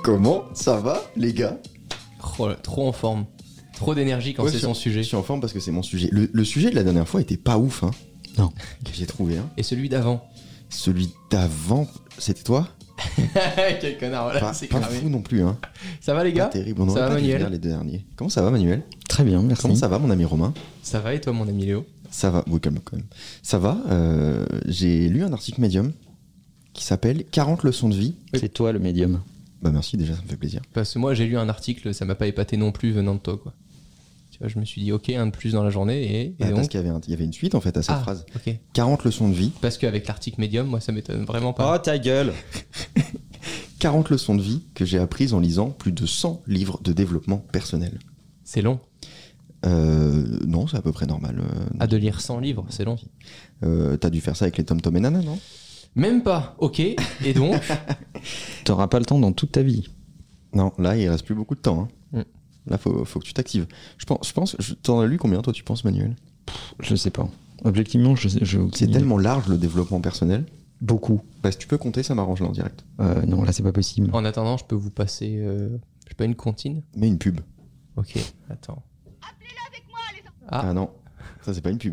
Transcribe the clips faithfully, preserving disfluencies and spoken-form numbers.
Comment ça va, les gars? Oh, trop en forme. Trop d'énergie quand Ouais, c'est je son suis- sujet. Je suis en forme parce que c'est mon sujet. Le, le sujet de la dernière fois était pas ouf, hein. Non. Que j'ai trouvé, hein. Et celui d'avant. Celui d'avant, c'était toi? Quel connard, voilà, Pas, c'est pas cramé. fou non plus, hein. Ça va les Pas gars? terrible. On Ça aurait va, pas dû Manuel? faire les deux derniers. Comment ça va, Manuel? Très bien, merci. Comment ça va, mon ami Romain? Ça va et toi mon ami Léo? Ça va, oui, calme quand même. Ça va, euh, j'ai lu un article Medium qui s'appelle quarante leçons de vie. C'est toi le médium. Bah merci, déjà, ça me fait plaisir. Parce que moi j'ai lu un article, ça m'a pas épaté non plus venant de toi quoi. Tu vois, je me suis dit ok, un de plus dans la journée et, et Bah, donc... parce qu'il y avait, un- il y avait une suite, en fait, à cette Ah, phrase. ok. quarante leçons de vie. Parce qu'avec l'article Medium, moi ça m'étonne vraiment pas. Oh ta gueule. quarante leçons de vie que j'ai apprises en lisant plus de cent livres de développement personnel. C'est long. Euh, non, c'est à peu près normal. euh, Ah, de lire cent livres, c'est long. euh, T'as dû faire ça avec les Tom Tom et Nana, non? Même pas, ok. Et donc T'auras pas le temps dans toute ta vie. Non, là, il reste plus beaucoup de temps. Hein. Mm. Là, faut, faut que tu t'actives. Je pense, je pense, je- t'en as lu combien, toi, tu penses, Manuel? Je sais pas. Objectivement, je sais. Je, C'est tellement large, le développement personnel. beaucoup. Bah, si tu peux compter, ça m'arrange là en direct. Euh, non, là c'est pas possible. En attendant, je peux vous passer, euh, je sais pas, une comptine. Mais une pub. Ok, attends. Ah, Ah, non, ça, c'est pas une pub.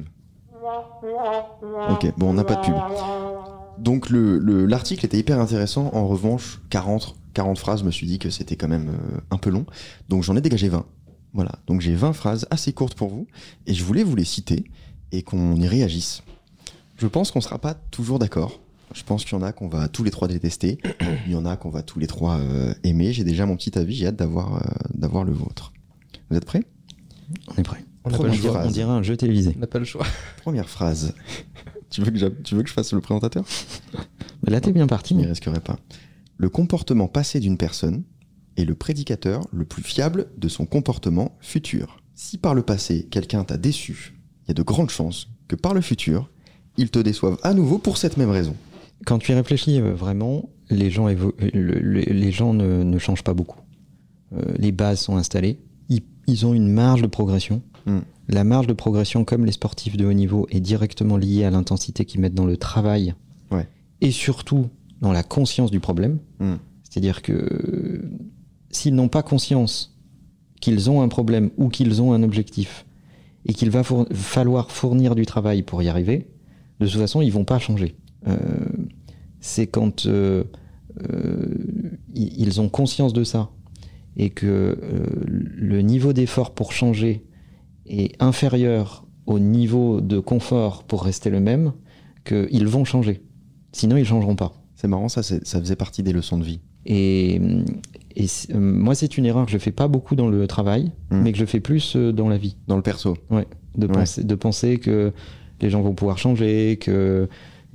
Ok, bon, on n'a pas de pub. Donc, le, le- l'article était hyper intéressant. En revanche, quarante, quarante phrases, je me suis dit que c'était quand même euh, un peu long. Donc, j'en ai dégagé vingt. Voilà, donc j'ai vingt phrases assez courtes pour vous. Et je voulais vous les citer et qu'on y réagisse. Je pense qu'on sera pas toujours d'accord. Je pense qu'il y en a qu'on va tous les trois détester. Il y en a qu'on va tous les trois euh, aimer. J'ai déjà mon petit avis, j'ai hâte d'avoir, euh, d'avoir le vôtre. Vous êtes prêts? On est prêt. on n'a pas, Première le On dirait, choix. phrase. on dirait un jeu télévisé. On n'a pas le choix. Première phrase. tu, veux que j'a- tu veux que je fasse le présentateur? Mais là t'es bien parti. Il n'y risquerait pas. Le comportement passé d'une personne est le prédicateur le plus fiable de son comportement futur. Si par le passé, quelqu'un t'a déçu, il y a de grandes chances que par le futur, il te déçoive à nouveau pour cette même raison. Quand tu y réfléchis euh, vraiment, les gens, évo- euh, le- le- les gens ne, ne changent pas beaucoup. Euh, les bases sont installées. Ils, ils ont une marge de progression. Mm. La marge de progression, comme les sportifs de haut niveau, est directement liée à l'intensité qu'ils mettent dans le travail. Ouais. Et surtout dans la conscience du problème. Mm. C'est-à-dire que euh, s'ils n'ont pas conscience qu'ils ont un problème ou qu'ils ont un objectif et qu'il va four- falloir fournir du travail pour y arriver, de toute façon, ils vont pas changer. Euh, c'est quand euh, euh, i- ils ont conscience de ça et que euh, le niveau d'effort pour changer est inférieur au niveau de confort pour rester le même, qu'ils vont changer. Sinon, ils changeront pas. C'est marrant, ça, c'est- ça faisait partie des leçons de vie. Et, et c'est- euh, moi, c'est une erreur que je fais pas beaucoup dans le travail, Mm. mais que je fais plus euh, dans la vie. Dans le perso. Ouais, de, Ouais. Penser, de penser que les gens vont pouvoir changer, que euh,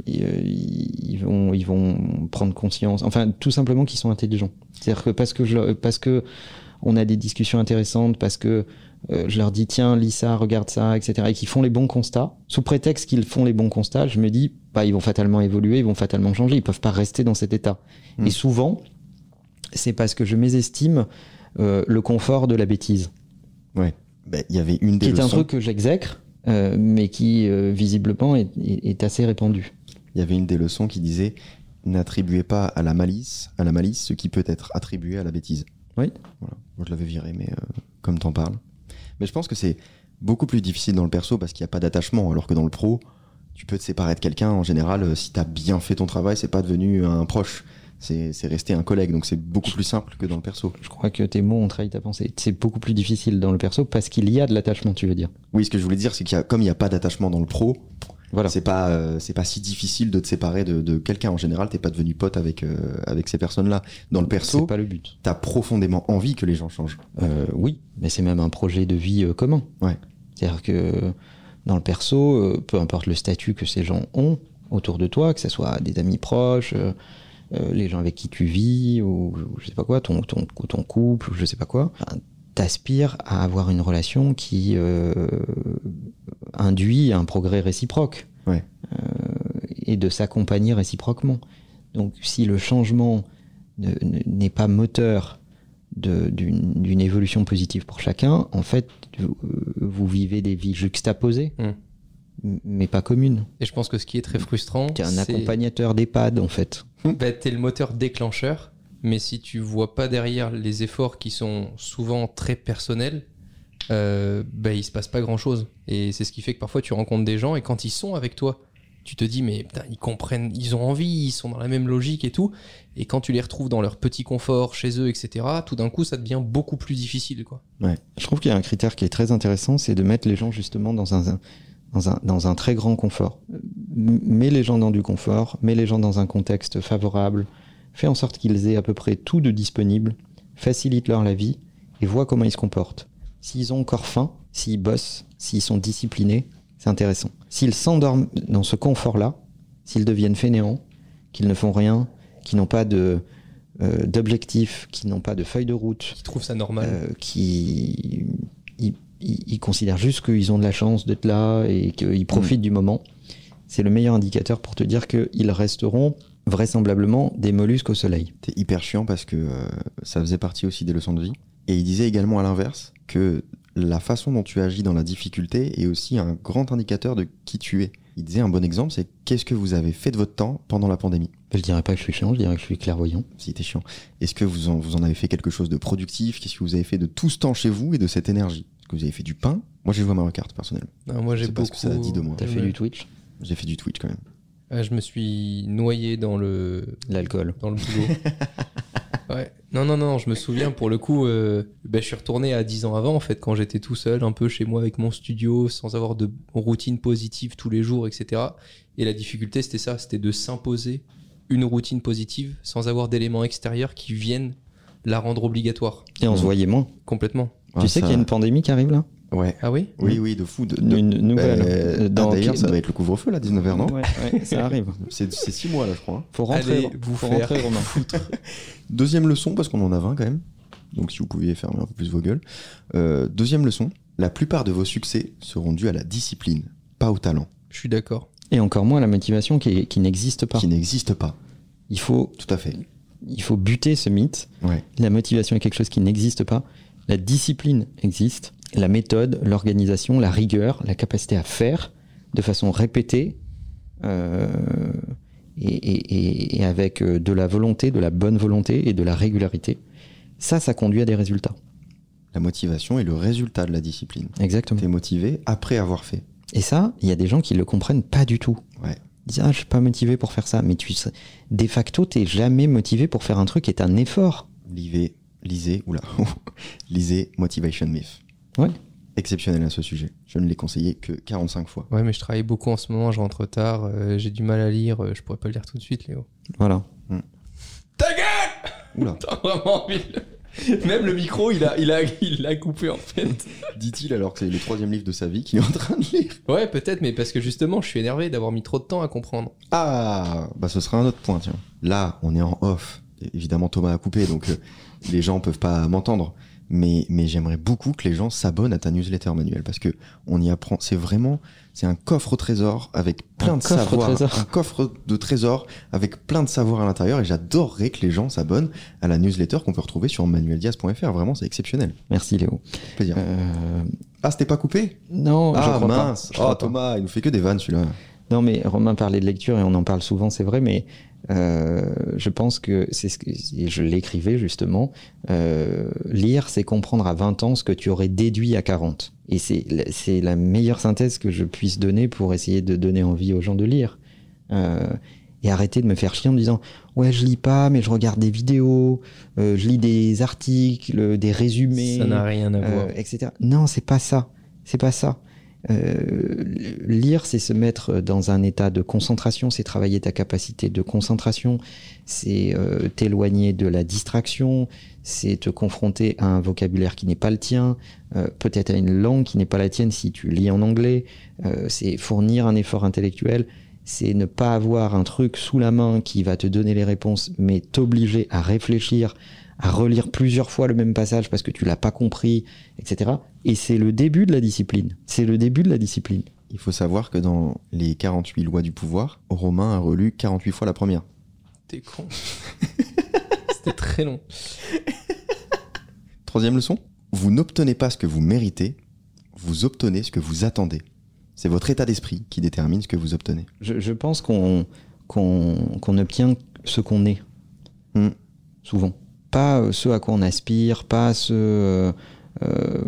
ils vont, ils vont prendre conscience, enfin tout simplement qu'ils sont intelligents. C'est-à-dire que parce que, je, leur- parce que on a des discussions intéressantes, parce que euh, je leur dis tiens, lis ça, regarde ça, et cetera, et qu'ils font les bons constats, sous prétexte qu'ils font les bons constats, je me dis bah, ils vont fatalement évoluer, ils vont fatalement changer, ils peuvent pas rester dans cet état. Mm. Et souvent, c'est parce que je mésestime euh, le confort de la bêtise. Ouais. Ben, il y avait une des Qui est un leçons. truc que j'exècre, euh, mais qui euh, visiblement est, est- est assez répandu. Il y avait une des leçons qui disait n'attribuez pas à la malice, à la malice ce qui peut être attribué à la bêtise. Oui. Voilà. Moi je l'avais viré, mais euh, comme t'en parles. Mais je pense que c'est beaucoup plus difficile dans le perso parce qu'il n'y a pas d'attachement, alors que dans le pro, tu peux te séparer de quelqu'un. En général, euh, si t'as bien fait ton travail, c'est pas devenu un proche, c'est c'est resté un collègue. Donc c'est beaucoup plus simple que dans le perso. Je crois que tes mots ont trahi ta pensée. C'est beaucoup plus difficile dans le perso parce qu'il y a de l'attachement, tu veux dire. Oui, ce que je voulais dire, c'est qu'il y a, comme il n'y a pas d'attachement dans le pro, Voilà. c'est pas euh, c'est pas si difficile de te séparer de, de quelqu'un. En général, t'es pas devenu pote avec euh, avec ces personnes-là. Dans le perso, C'est pas le but. t'as profondément envie que les gens changent. Euh, oui, mais c'est même un projet de vie euh, commun. Ouais. C'est-à-dire que dans le perso, euh, peu importe le statut que ces gens ont autour de toi, que ce soit des amis proches, euh, euh, les gens avec qui tu vis, ou, ou je sais pas quoi, ton, ton, ton couple, ou je sais pas quoi, enfin, t'aspires à avoir une relation qui euh, induit un progrès réciproque. Ouais. Euh, et de s'accompagner réciproquement. Donc si le changement ne- ne- n'est pas moteur de- d'une d'une évolution positive pour chacun, en fait, vous, vous vivez des vies juxtaposées, Mm. m- mais pas communes. Et je pense que ce qui est très frustrant, T'es un c'est accompagnateur d'EHPAD, en fait. bah, t'es le moteur déclencheur mais si tu vois pas derrière les efforts qui sont souvent très personnels, euh, bah, il se passe pas grand chose. Et c'est ce qui fait que parfois tu rencontres des gens et quand ils sont avec toi, tu te dis mais putain, ils comprennent, ils ont envie, ils sont dans la même logique et tout. Et quand tu les retrouves dans leur petit confort chez eux, et cetera, tout d'un coup ça devient beaucoup plus difficile, quoi. Ouais. Je trouve qu'il y a un critère qui est très intéressant, c'est de mettre les gens justement dans un, dans un, dans un très grand confort. Mets les gens dans du confort, mets les gens dans un contexte favorable, fais en sorte qu'ils aient à peu près tout de disponible, facilite-leur la vie et vois comment ils se comportent. S'ils ont encore faim, s'ils bossent, s'ils sont disciplinés, c'est intéressant. S'ils s'endorment dans ce confort-là, s'ils deviennent fainéants, qu'ils ne font rien, qu'ils n'ont pas de, euh, d'objectif, qu'ils n'ont pas de feuille de route, Qui trouvent ça normal. euh, qui ils, ils- ils considèrent juste qu'ils ont de la chance d'être là et qu'ils profitent du moment, c'est le meilleur indicateur pour te dire qu'ils resteront vraisemblablement des mollusques au soleil. T'es hyper chiant parce que euh, ça faisait partie aussi des leçons de vie. Et il disait également à l'inverse que la façon dont tu agis dans la difficulté est aussi un grand indicateur de qui tu es. Il disait un bon exemple, c'est qu'est-ce que vous avez fait de votre temps pendant la pandémie. Je dirais pas que je suis chiant, je dirais que je suis clairvoyant. Si t'es chiant. Est-ce que vous en, vous en avez fait quelque chose de productif? Qu'est-ce que vous avez fait de tout ce temps chez vous et de cette énergie? Est-ce que vous avez fait du pain? Moi j'ai joué à Mario Kart personnellement. Non, moi j'ai C'est pas ce beaucoup. que ça a dit de moi. T'as fait Ouais. du Twitch, J'ai fait du Twitch quand même. Ah, je me suis noyé dans le l'alcool. dans le boulot. Ouais. Non, non, non, je me souviens pour le coup, euh, ben, je suis retourné à dix ans avant, en fait, quand j'étais tout seul, un peu chez moi avec mon studio, sans avoir de routine positive tous les jours, et cetera. Et la difficulté, c'était ça, c'était de s'imposer une routine positive sans avoir d'éléments extérieurs qui viennent la rendre obligatoire. Et on se voyait moins. Complètement. Ah, tu sais ça- qu'il y a une pandémie qui arrive là? Ouais. Ah oui? Oui, oui, de fou. De, de- Une nouvelle. Euh, Dans- ah, d'ailleurs, ça dans- va être le couvre-feu là, dix-neuf heures, non? Ouais, ouais, ça arrive. C'est c'est six mois là, je crois. hein. Faut rentrer, Allez vous faut faire rentrer, Romain. Deuxième leçon, parce qu'on en a vingt quand même. Donc si vous pouviez fermer un peu plus vos gueules. Euh, deuxième leçon, la plupart de vos succès seront dus à la discipline, pas au talent, Je suis d'accord. Et encore moins la motivation qui, qui n'existe pas. qui n'existe pas. Il faut, Tout à fait. il faut buter ce mythe. Ouais. La motivation est quelque chose qui n'existe pas. La discipline existe. La méthode, l'organisation, la rigueur, la capacité à faire de façon répétée euh, et, et- et- et avec euh, de la volonté, de la bonne volonté et de la régularité. Ça, ça conduit à des résultats. La motivation est le résultat de la discipline. Exactement. T'es motivé après avoir fait. Et ça, il y a des gens qui le comprennent pas du tout. Ouais. Ils disent, ah, je suis pas motivé pour faire ça. Mais tu sais, de facto, t'es jamais motivé pour faire un truc qui est un effort. Lisez, lisez, oula, lisez Motivation Myth. Ouais. Exceptionnel à ce sujet. Je ne l'ai conseillé que quarante-cinq fois. Ouais, mais je travaille beaucoup en ce moment, je rentre tard, euh, j'ai du mal à lire, euh, je pourrais pas le lire tout de suite, Léo. Voilà. Ta gueule! Oula, T'as vraiment envie de... Même le micro, il a, il a, il l'a coupé en fait. dit-il alors que c'est le troisième livre de sa vie qu'il est en train de lire. Ouais, peut-être, mais parce que justement, je suis énervé d'avoir mis trop de temps à comprendre. Ah, bah ce sera un autre point, tiens. Là, on est en off. Évidemment, Thomas a coupé, donc euh, les gens peuvent pas m'entendre. Mais, mais j'aimerais beaucoup que les gens s'abonnent à ta newsletter, Manuel, parce que on y apprend. C'est vraiment, c'est un coffre au trésor avec plein Un de coffre au savoirs, trésor. un coffre de trésor avec plein de savoirs à l'intérieur. Et j'adorerais que les gens s'abonnent à la newsletter qu'on peut retrouver sur manuel diaz point f r. Vraiment, c'est exceptionnel. Merci Léo. Plaisir. Euh, Ah, c'était pas coupé? non, je Ah crois pas. mince. Je Oh crois pas. Thomas, il nous fait que des vannes celui-là. Non, mais Romain parlait de lecture et on en parle souvent, c'est vrai, mais euh, je pense que c'est ce que et je l'écrivais justement. Euh, lire, c'est comprendre à vingt ans ce que tu aurais déduit à quarante. Et c'est c'est la meilleure synthèse que je puisse donner pour essayer de donner envie aux gens de lire. Euh, et arrêter de me faire chier en me disant ouais, je lis pas, mais je regarde des vidéos, euh, je lis des articles, des résumés, Ça n'a rien à voir. euh, et cetera. Non, c'est pas ça. C'est pas ça. Euh, lire, c'est se mettre dans un état de concentration, c'est travailler ta capacité de concentration, c'est euh, t'éloigner de la distraction, c'est te confronter à un vocabulaire qui n'est pas le tien, euh, peut-être à une langue qui n'est pas la tienne si tu lis en anglais, euh, c'est fournir un effort intellectuel, c'est ne pas avoir un truc sous la main qui va te donner les réponses, mais t'obliger à réfléchir, à relire plusieurs fois le même passage parce que tu l'as pas compris, et cetera. Et c'est le début de la discipline. C'est le début de la discipline. Il faut savoir que dans les quarante-huit lois du pouvoir, Romain a relu quarante-huit fois la première. T'es con. C'était très long. Troisième leçon, vous n'obtenez pas ce que vous méritez, vous obtenez ce que vous attendez. C'est votre état d'esprit qui détermine ce que vous obtenez. Je, je pense qu'on qu'on qu'on obtient ce qu'on est. Hmm. souvent. Pas euh, ce à quoi on aspire, pas ce... Euh, euh,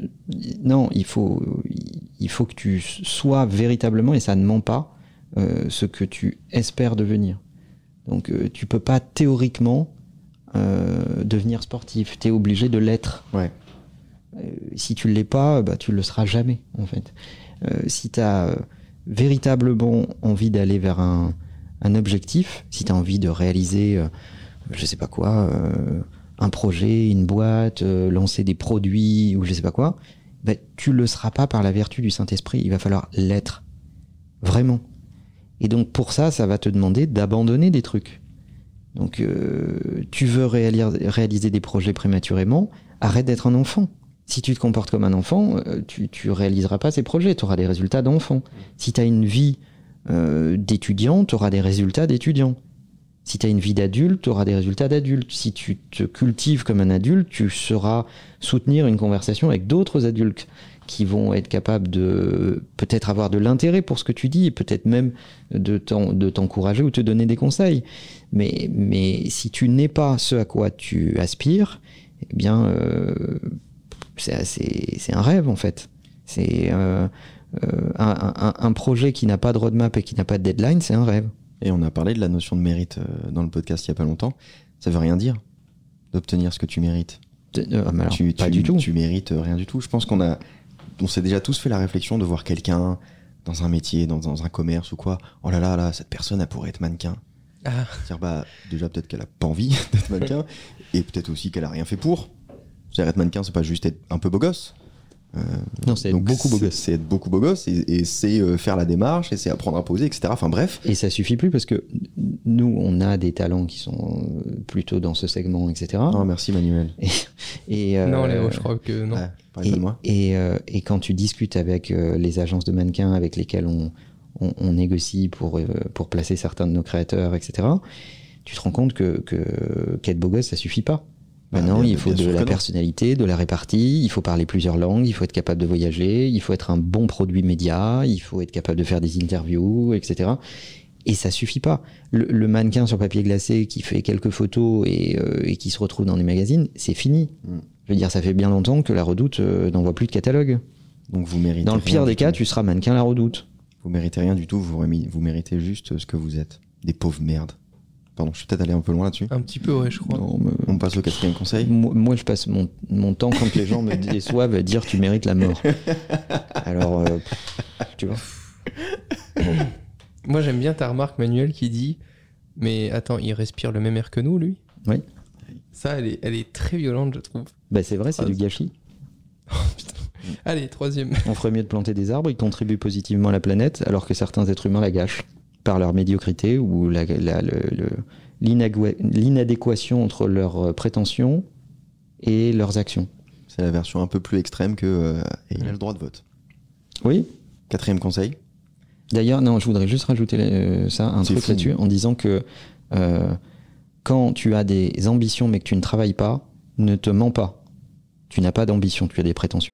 non, il faut, il faut que tu sois véritablement, et ça ne ment pas, euh, ce que tu espères devenir. Donc euh, tu peux pas théoriquement euh, devenir sportif, tu es obligé de l'être. Ouais. Euh, si tu ne l'es pas, bah, tu ne le seras jamais, en fait. Euh, si tu as euh, véritablement envie d'aller vers un, un objectif, si tu as envie de réaliser, euh, je sais pas quoi, euh, un projet, une boîte, euh, lancer des produits, ou je sais pas quoi, bah, tu le seras pas par la vertu du Saint-Esprit. Il va falloir l'être. Vraiment. Et donc, pour ça, ça va te demander d'abandonner des trucs. Donc, euh, tu veux réali- réaliser des projets prématurément, arrête d'être un enfant. Si tu te comportes comme un enfant, euh, tu, tu réaliseras pas ces projets, tu auras des résultats d'enfant. Si tu as une vie euh, d'étudiant, tu auras des résultats d'étudiant. Si tu as une vie d'adulte, tu auras des résultats d'adulte. Si tu te cultives comme un adulte, tu sauras soutenir une conversation avec d'autres adultes qui vont être capables de peut-être avoir de l'intérêt pour ce que tu dis, et peut-être même de, t'en, de t'encourager ou te donner des conseils. Mais, mais si tu n'es pas ce à quoi tu aspires, eh bien, euh, c'est, c'est, c'est un rêve en fait. C'est euh, euh, un, un, un projet qui n'a pas de roadmap et qui n'a pas de deadline, c'est un rêve. Et on a parlé de la notion de mérite euh, dans le podcast il y a pas longtemps. Ça veut rien dire d'obtenir ce que tu mérites. Euh, alors, tu, pas tu, du tout. Tu mérites rien du tout. Je pense qu'on a, on s'est déjà tous fait la réflexion de voir quelqu'un dans un métier, dans, dans un commerce ou quoi. Oh là là, là, cette personne, elle pourrait être mannequin. Ah. C'est-à-dire, bah, déjà, peut-être qu'elle a pas envie d'être mannequin, et peut-être aussi qu'elle a rien fait pour. C'est-à-dire, être mannequin, c'est pas juste être un peu beau gosse. Euh, non, c'est être donc beaucoup beau c'est, gosse. C'est être beaucoup beau gosse, et, et c'est euh, faire la démarche, et c'est apprendre à poser, et cetera. Enfin bref. Et ça suffit plus parce que nous, on a des talents qui sont plutôt dans ce segment, et cetera. Oh, merci Manuel. Et, et, euh, non, Léo, je crois que non. Ouais, parlez et, de moi. Et, euh, et quand tu discutes avec euh, les agences de mannequins avec lesquelles on, on, on négocie pour, euh, pour placer certains de nos créateurs, et cetera, tu te rends compte que, que qu'être beau gosse, ça suffit pas. Maintenant, bah, bien, il faut bien de la non. personnalité, de la répartie, il faut parler plusieurs langues, il faut être capable de voyager, il faut être un bon produit média, il faut être capable de faire des interviews, et cetera. Et ça suffit pas. Le, le mannequin sur papier glacé qui fait quelques photos et, euh, et qui se retrouve dans des magazines, c'est fini. Mm. Je veux dire, ça fait bien longtemps que la Redoute euh, n'envoie plus de catalogue. Donc vous méritez. Dans le pire des cas, tout. tu seras mannequin la Redoute. Vous méritez rien du tout, vous, vous méritez juste ce que vous êtes. Des pauvres merdes. Pardon, je suis peut-être allé un peu loin là-dessus. Un petit peu, ouais, je crois. Non, mais... On passe au quatrième conseil. Moi, moi, je passe mon, mon temps quand les gens me déçoivent à dire tu mérites la mort. Alors, euh, tu vois. Moi, j'aime bien ta remarque, Manuel, qui dit mais attends, il respire le même air que nous, lui ? Oui. Ça, elle est, elle est très violente, je trouve. Bah, c'est vrai, c'est ah, du gâchis. Oh, putain. Allez, troisième. On ferait mieux de planter des arbres, ils contribuent positivement à la planète, alors que certains êtres humains la gâchent par leur médiocrité ou la, la, le, le, l'inadéquation entre leurs prétentions et leurs actions. C'est la version un peu plus extrême que euh, et il a le droit de vote. Oui. Quatrième conseil. D'ailleurs, non, je voudrais juste rajouter euh, ça, un c'est truc fou. là-dessus, en disant que euh, quand tu as des ambitions mais que tu ne travailles pas, ne te mens pas. Tu n'as pas d'ambition, tu as des prétentions.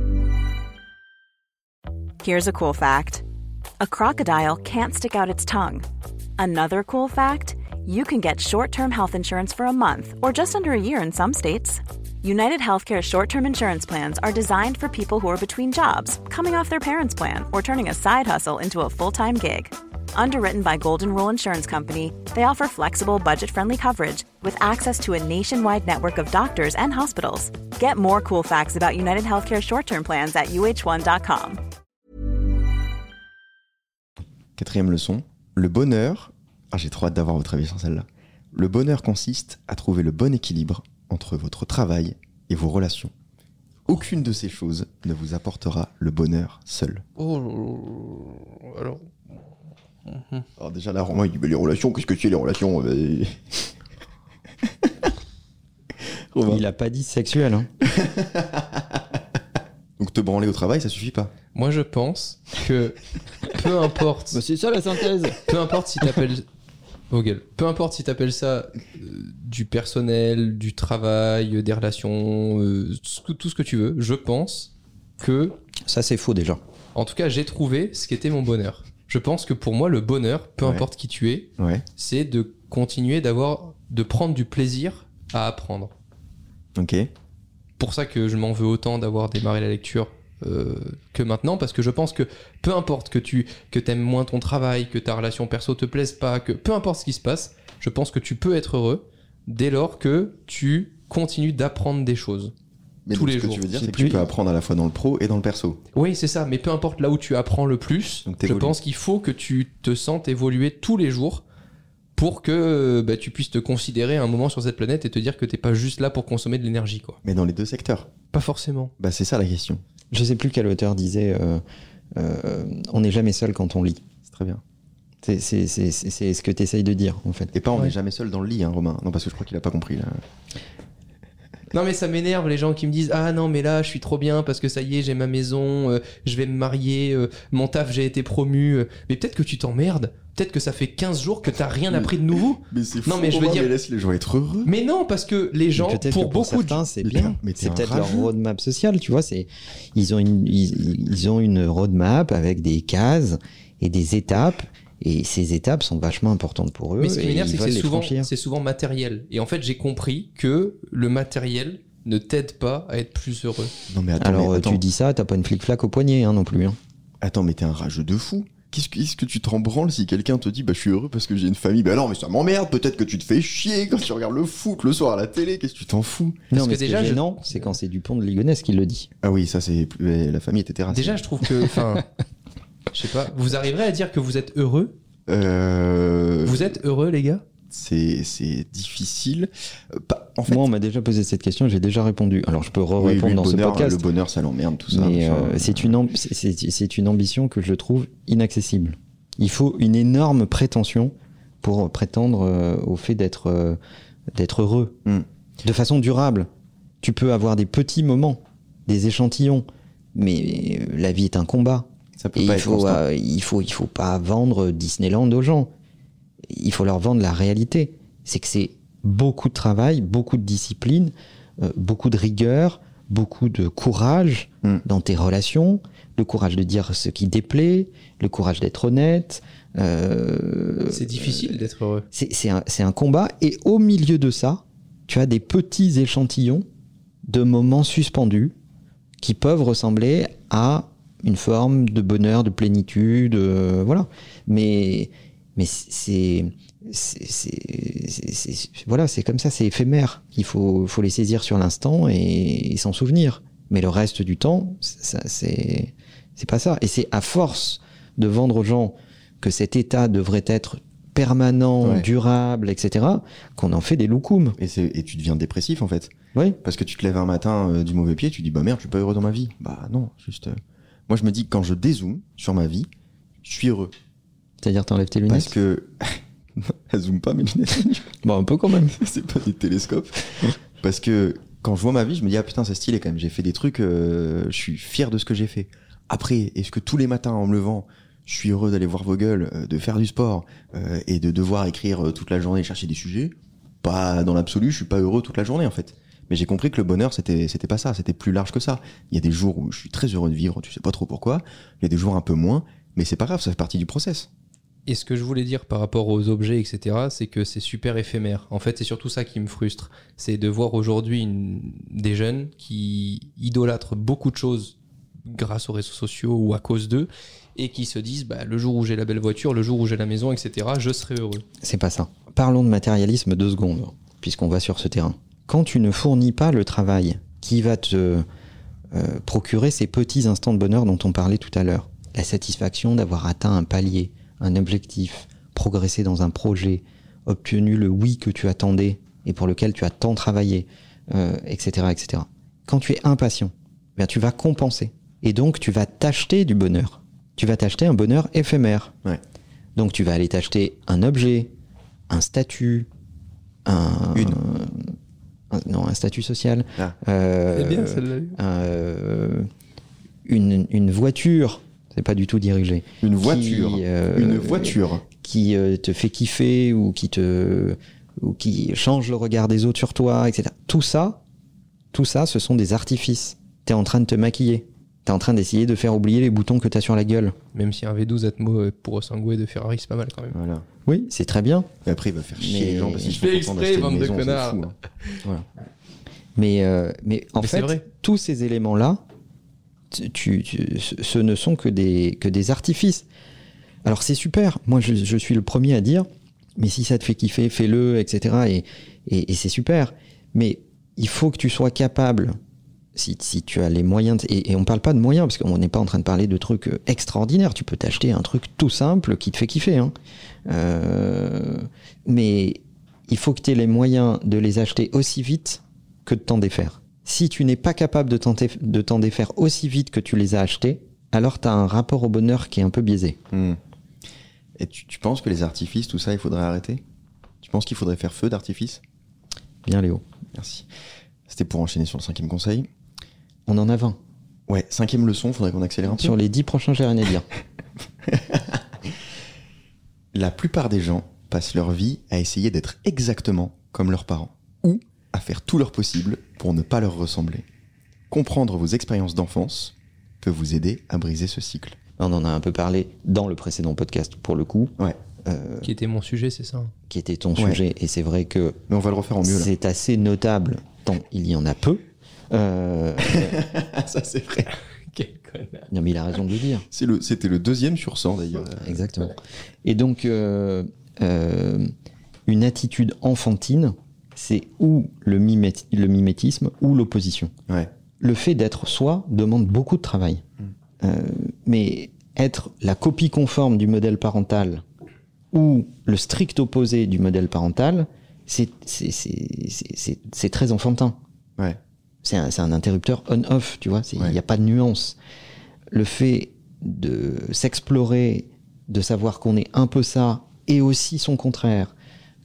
Here's a cool fact. A crocodile can't stick out its tongue. Another cool fact, you can get short-term health insurance for a month or just under a year in some states. United Healthcare short-term insurance plans are designed for people who are between jobs, coming off their parents' plan, or turning a side hustle into a full-time gig. Underwritten by Golden Rule Insurance Company, they offer flexible, budget-friendly coverage with access to a nationwide network of doctors and hospitals. Get more cool facts about United Healthcare short-term plans at U H one dot com. Quatrième leçon, le bonheur, ah, j'ai trop hâte d'avoir votre avis sur celle-là. Le bonheur consiste à trouver le bon équilibre entre votre travail et vos relations. Aucune de ces choses ne vous apportera le bonheur seul. Oh, alors... Alors déjà là, Romain, il dit, mais les relations, qu'est-ce que c'est les relations euh... Il a pas dit sexuel, hein. Donc te branler au travail, ça suffit pas. Moi, je pense que peu importe... Bah c'est ça la synthèse. Peu importe si t'appelles... Oh, gueule. Peu importe si t'appelles ça euh, du personnel, du travail, euh, des relations, euh, tout ce que tu veux, je pense que... Ça, c'est faux déjà. En tout cas, j'ai trouvé ce qu'était mon bonheur. Je pense que pour moi, le bonheur, peu ouais. importe qui tu es, ouais. c'est de continuer d'avoir, de prendre du plaisir à apprendre. Ok. Pour ça que je m'en veux autant d'avoir démarré la lecture euh, que maintenant, parce que je pense que peu importe que tu que t'aimes moins ton travail, que ta relation perso te plaise pas, que peu importe ce qui se passe, je pense que tu peux être heureux dès lors que tu continues d'apprendre des choses. Mais tous donc, les ce que jours. tu veux dire, C'est c'est que plus- tu peux apprendre à la fois dans le pro et dans le perso. Oui, c'est ça, mais peu importe là où tu apprends le plus, Donc, je t'évolues. pense qu'il faut que tu te sentes évoluer tous les jours pour que bah, tu puisses te considérer un moment sur cette planète et te dire que t'es pas juste là pour consommer de l'énergie, quoi. Mais dans les deux secteurs. Pas forcément. Bah, c'est ça la question. Je sais plus quel auteur disait euh, euh, on n'est jamais seul quand on lit. C'est très bien. C'est, c'est, c'est, c'est, c'est ce que tu essayes de dire, en fait. Et pas on n'est Ouais. jamais seul dans le lit, hein, Romain. Non, parce que je crois qu'il a pas compris là. Non mais ça m'énerve les gens qui me disent ah non mais là je suis trop bien parce que ça y est j'ai ma maison, euh, je vais me marier, euh, mon taf j'ai été promu, euh. mais peut-être que tu t'emmerdes, peut-être que ça fait quinze jours que t'as rien appris de nouveau. Mais c'est Non, mais je veux dire- laisse les gens être heureux. Mais non parce que les gens Peut-être pour que pour beaucoup de certains, c'est Mais bien. t'es- mais t'es C'est un peut-être leur rageux. roadmap social, tu vois. C'est, ils, ont une, ils, ils ont une roadmap avec des cases et des étapes. Et ces étapes sont vachement importantes pour eux. Mais ce qui et m'énerve, ils c'est que veulent c'est les souvent, franchir. c'est souvent matériel. Et en fait, j'ai compris que le matériel ne t'aide pas à être plus heureux. Non mais attends, Alors, mais euh, attends. tu dis ça, t'as pas une flic-flac au poignet hein, non plus. Hein. Attends, mais t'es un rageux de fou. Qu'est-ce que, qu'est-ce que tu te rends branle si quelqu'un te dit bah je suis heureux parce que j'ai une famille? Bah non mais ça m'emmerde, peut-être que tu te fais chier quand tu regardes le foot le soir à la télé, qu'est-ce que tu t'en fous? Non, que mais ce déjà, qui est je- gênant, c'est quand c'est Dupont de Ligonnès qui le dit. Ah oui, ça c'est plus- la famille était terrassée. Déjà, je trouve que, enfin, je sais pas, vous arriverez à dire que vous êtes heureux? Euh, Vous êtes heureux, les gars? c'est c'est difficile. Euh, pas- en fait, Moi, on m'a déjà posé cette question, j'ai déjà répondu. Alors, je peux oui, re-répondre lui, dans le ce bonheur, podcast. le bonheur ça l'emmerde tout ça. Mais machin. euh, c'est une, amb- c'est- c'est- c'est une ambition que je trouve inaccessible. Il faut une énorme prétention pour prétendre euh, au fait d'être euh, d'être heureux. Mm. De façon durable. Tu peux avoir des petits moments, des échantillons, mais euh, la vie est un combat. Ça peut Et pas il être faut, constant. euh, il faut, il faut pas vendre Disneyland aux gens. Il faut leur vendre la réalité. C'est que c'est beaucoup de travail, beaucoup de discipline, euh, beaucoup de rigueur, beaucoup de courage Mm. dans tes relations, le courage de dire ce qui déplaît, le courage d'être honnête. euh, C'est difficile d'être heureux. c'est c'est un, c'est un combat. Et au milieu de ça, tu as des petits échantillons de moments suspendus qui peuvent ressembler à une forme de bonheur, de plénitude, euh, voilà. Mais, mais c'est, c'est, c'est, c'est- c'est- voilà, c'est comme ça, c'est éphémère. Il faut, faut les saisir sur l'instant et, et s'en souvenir. Mais le reste du temps, ça, c'est, c'est pas ça. Et c'est à force de vendre aux gens que cet état devrait être permanent, Ouais. durable, et cetera, qu'on en fait des loukoums. Et, c'est- et tu deviens dépressif en fait. Oui. Parce que tu te lèves un matin euh, du mauvais pied, tu dis bah merde, je suis pas heureux dans ma vie. Bah non, juste. euh, Moi je me dis que quand je dézoome sur ma vie, je suis heureux. C'est-à-dire, t'enlèves tes lunettes. Parce que. Elle zoome pas mes lunettes. Bon, un peu quand même. C'est pas des télescopes. Parce que quand je vois ma vie, je me dis ah putain c'est stylé quand même. J'ai fait des trucs, euh, je suis fier de ce que j'ai fait. Après, est-ce que tous les matins en me levant, je suis heureux d'aller voir vos gueules, euh, de faire du sport euh, et de devoir écrire euh, toute la journée et chercher des sujets? Pas dans l'absolu, je suis pas heureux toute la journée en fait. Mais j'ai compris que le bonheur c'était c'était pas ça, c'était plus large que ça. Il y a des jours où je suis très heureux de vivre, tu sais pas trop pourquoi. Il y a des jours un peu moins, mais c'est pas grave, ça fait partie du process. Et ce que je voulais dire par rapport aux objets, et cetera, c'est que c'est super éphémère. En fait, c'est surtout ça qui me frustre. C'est de voir aujourd'hui une- des jeunes qui idolâtrent beaucoup de choses grâce aux réseaux sociaux ou à cause d'eux, et qui se disent, bah, le jour où j'ai la belle voiture, le jour où j'ai la maison, et cetera, je serai heureux. C'est pas ça. Parlons de matérialisme deux secondes, puisqu'on va sur ce terrain. Quand tu ne fournis pas le travail qui va te euh, procurer ces petits instants de bonheur dont on parlait tout à l'heure, la satisfaction d'avoir atteint un palier, un objectif, progressé dans un projet, obtenu le oui que tu attendais et pour lequel tu as tant travaillé, euh, et cetera, et cetera. Quand tu es impatient, bien tu vas compenser. Et donc, tu vas t'acheter du bonheur. Tu vas t'acheter un bonheur éphémère. Ouais. Donc, tu vas aller t'acheter un objet, un statut, un... Une. un- non, un statut social. Ah. Euh, C'est bien celle-là. euh, une, une voiture, c'est pas du tout dirigé. Une voiture. Qui, euh, Une voiture. Qui euh, te fait kiffer ou qui te ou qui change le regard des autres sur toi, et cetera. Tout ça, tout ça, ce sont des artifices. T'es en train de te maquiller. T'es en train d'essayer de faire oublier les boutons que t'as sur la gueule. Même si un V douze Atmo pour Sangue de Ferrari, c'est pas mal quand même. Voilà. Oui, c'est très bien. Et après, il va faire chier Mais- les gens parce qu'ils Il sont fait contents exprès, d'acheter une bande de maison, c'est connards. fou, hein. Voilà. Mais, euh, mais en Mais c'est fait, vrai. tous ces éléments-là, tu, tu- tu- ce ce ne sont que des, que des artifices. Alors c'est super. Moi, je, je suis le premier à dire, mais si ça te fait kiffer, fais-le, et cetera. Et, et, et c'est super. Mais il faut que tu sois capable, si, si tu as les moyens, de- et, et on parle pas de moyens, parce qu'on n'est pas en train de parler de trucs euh, extraordinaires. Tu peux t'acheter un truc tout simple qui te fait kiffer. Hein. Euh, mais il faut que tu aies les moyens de les acheter aussi vite que de t'en défaire. Si tu n'es pas capable de t'en déf- de t'en défaire aussi vite que tu les as achetés, alors tu as un rapport au bonheur qui est un peu biaisé. Hmm. Et tu, tu penses que les artifices, tout ça, il faudrait arrêter? Tu penses qu'il faudrait faire feu d'artifice? Bien Léo. Merci. C'était pour enchaîner sur le cinquième conseil. On en a vingt. Ouais, cinquième leçon, faudrait qu'on accélère un peu. Sur les dix prochains, j'ai rien à dire. La plupart des gens passent leur vie à essayer d'être exactement comme leurs parents, ou à faire tout leur possible pour ne pas leur ressembler. Comprendre vos expériences d'enfance peut vous aider à briser ce cycle. On en a un peu parlé dans le précédent podcast, pour le coup, Ouais, euh, Qui était mon sujet, c'est ça. qui était ton Ouais. sujet. Et c'est vrai que mais on va le refaire en mieux là. c'est assez notable, tant il y en a peu. Euh, Ça c'est vrai. Quel connard. non, mais il a raison de le dire. C'est le, c'était le deuxième sur cent d'ailleurs. Exactement. Et donc, euh, euh, une attitude enfantine, c'est ou le, mimét- le mimétisme ou l'opposition. Ouais. Le fait d'être soi demande beaucoup de travail. Euh, mais être la copie conforme du modèle parental ou le strict opposé du modèle parental, c'est, c'est, c'est, c'est, c'est, c'est très enfantin. Ouais. C'est un, c'est un interrupteur on-off, tu vois, il n'y Ouais. a pas de nuance. Le fait de s'explorer, de savoir qu'on est un peu ça, et aussi son contraire,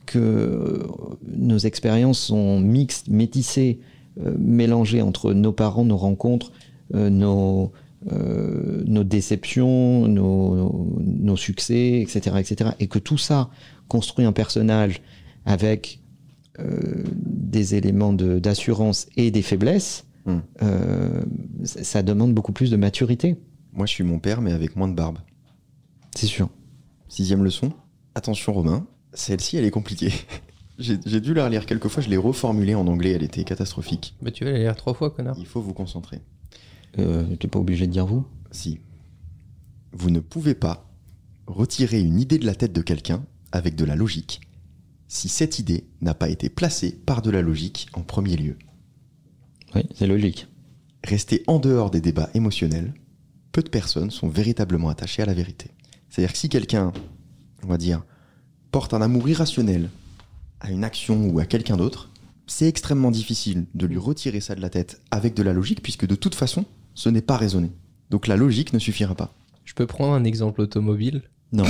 que nos expériences sont mixtes, métissées, euh, mélangées entre nos parents, nos rencontres, euh, nos, euh, nos déceptions, nos, nos, nos succès, et cetera, et cetera, et que tout ça construit un personnage avec euh, des éléments de, d'assurance et des faiblesses, Mm. euh, ça ça demande beaucoup plus de maturité, Moi je suis mon père mais avec moins de barbe. c'est sûr. Sixième leçon. Attention Romain, celle-ci elle est compliquée. j'ai, j'ai dû la relire quelques fois, je l'ai reformulée en anglais, elle était catastrophique. Bah, tu vas la lire trois fois, connard. Il faut vous concentrer. Euh, t'es pas obligé de dire vous. Si. Vous ne pouvez pas retirer une idée de la tête de quelqu'un avec de la logique si cette idée n'a pas été placée par de la logique en premier lieu. Oui, c'est logique. Rester en dehors des débats émotionnels, peu de personnes sont véritablement attachées à la vérité. C'est-à-dire que si quelqu'un, on va dire, porte un amour irrationnel à une action ou à quelqu'un d'autre, c'est extrêmement difficile de lui retirer ça de la tête avec de la logique, puisque de toute façon, ce n'est pas raisonné. Donc la logique ne suffira pas. Je peux prendre un exemple automobile. Non.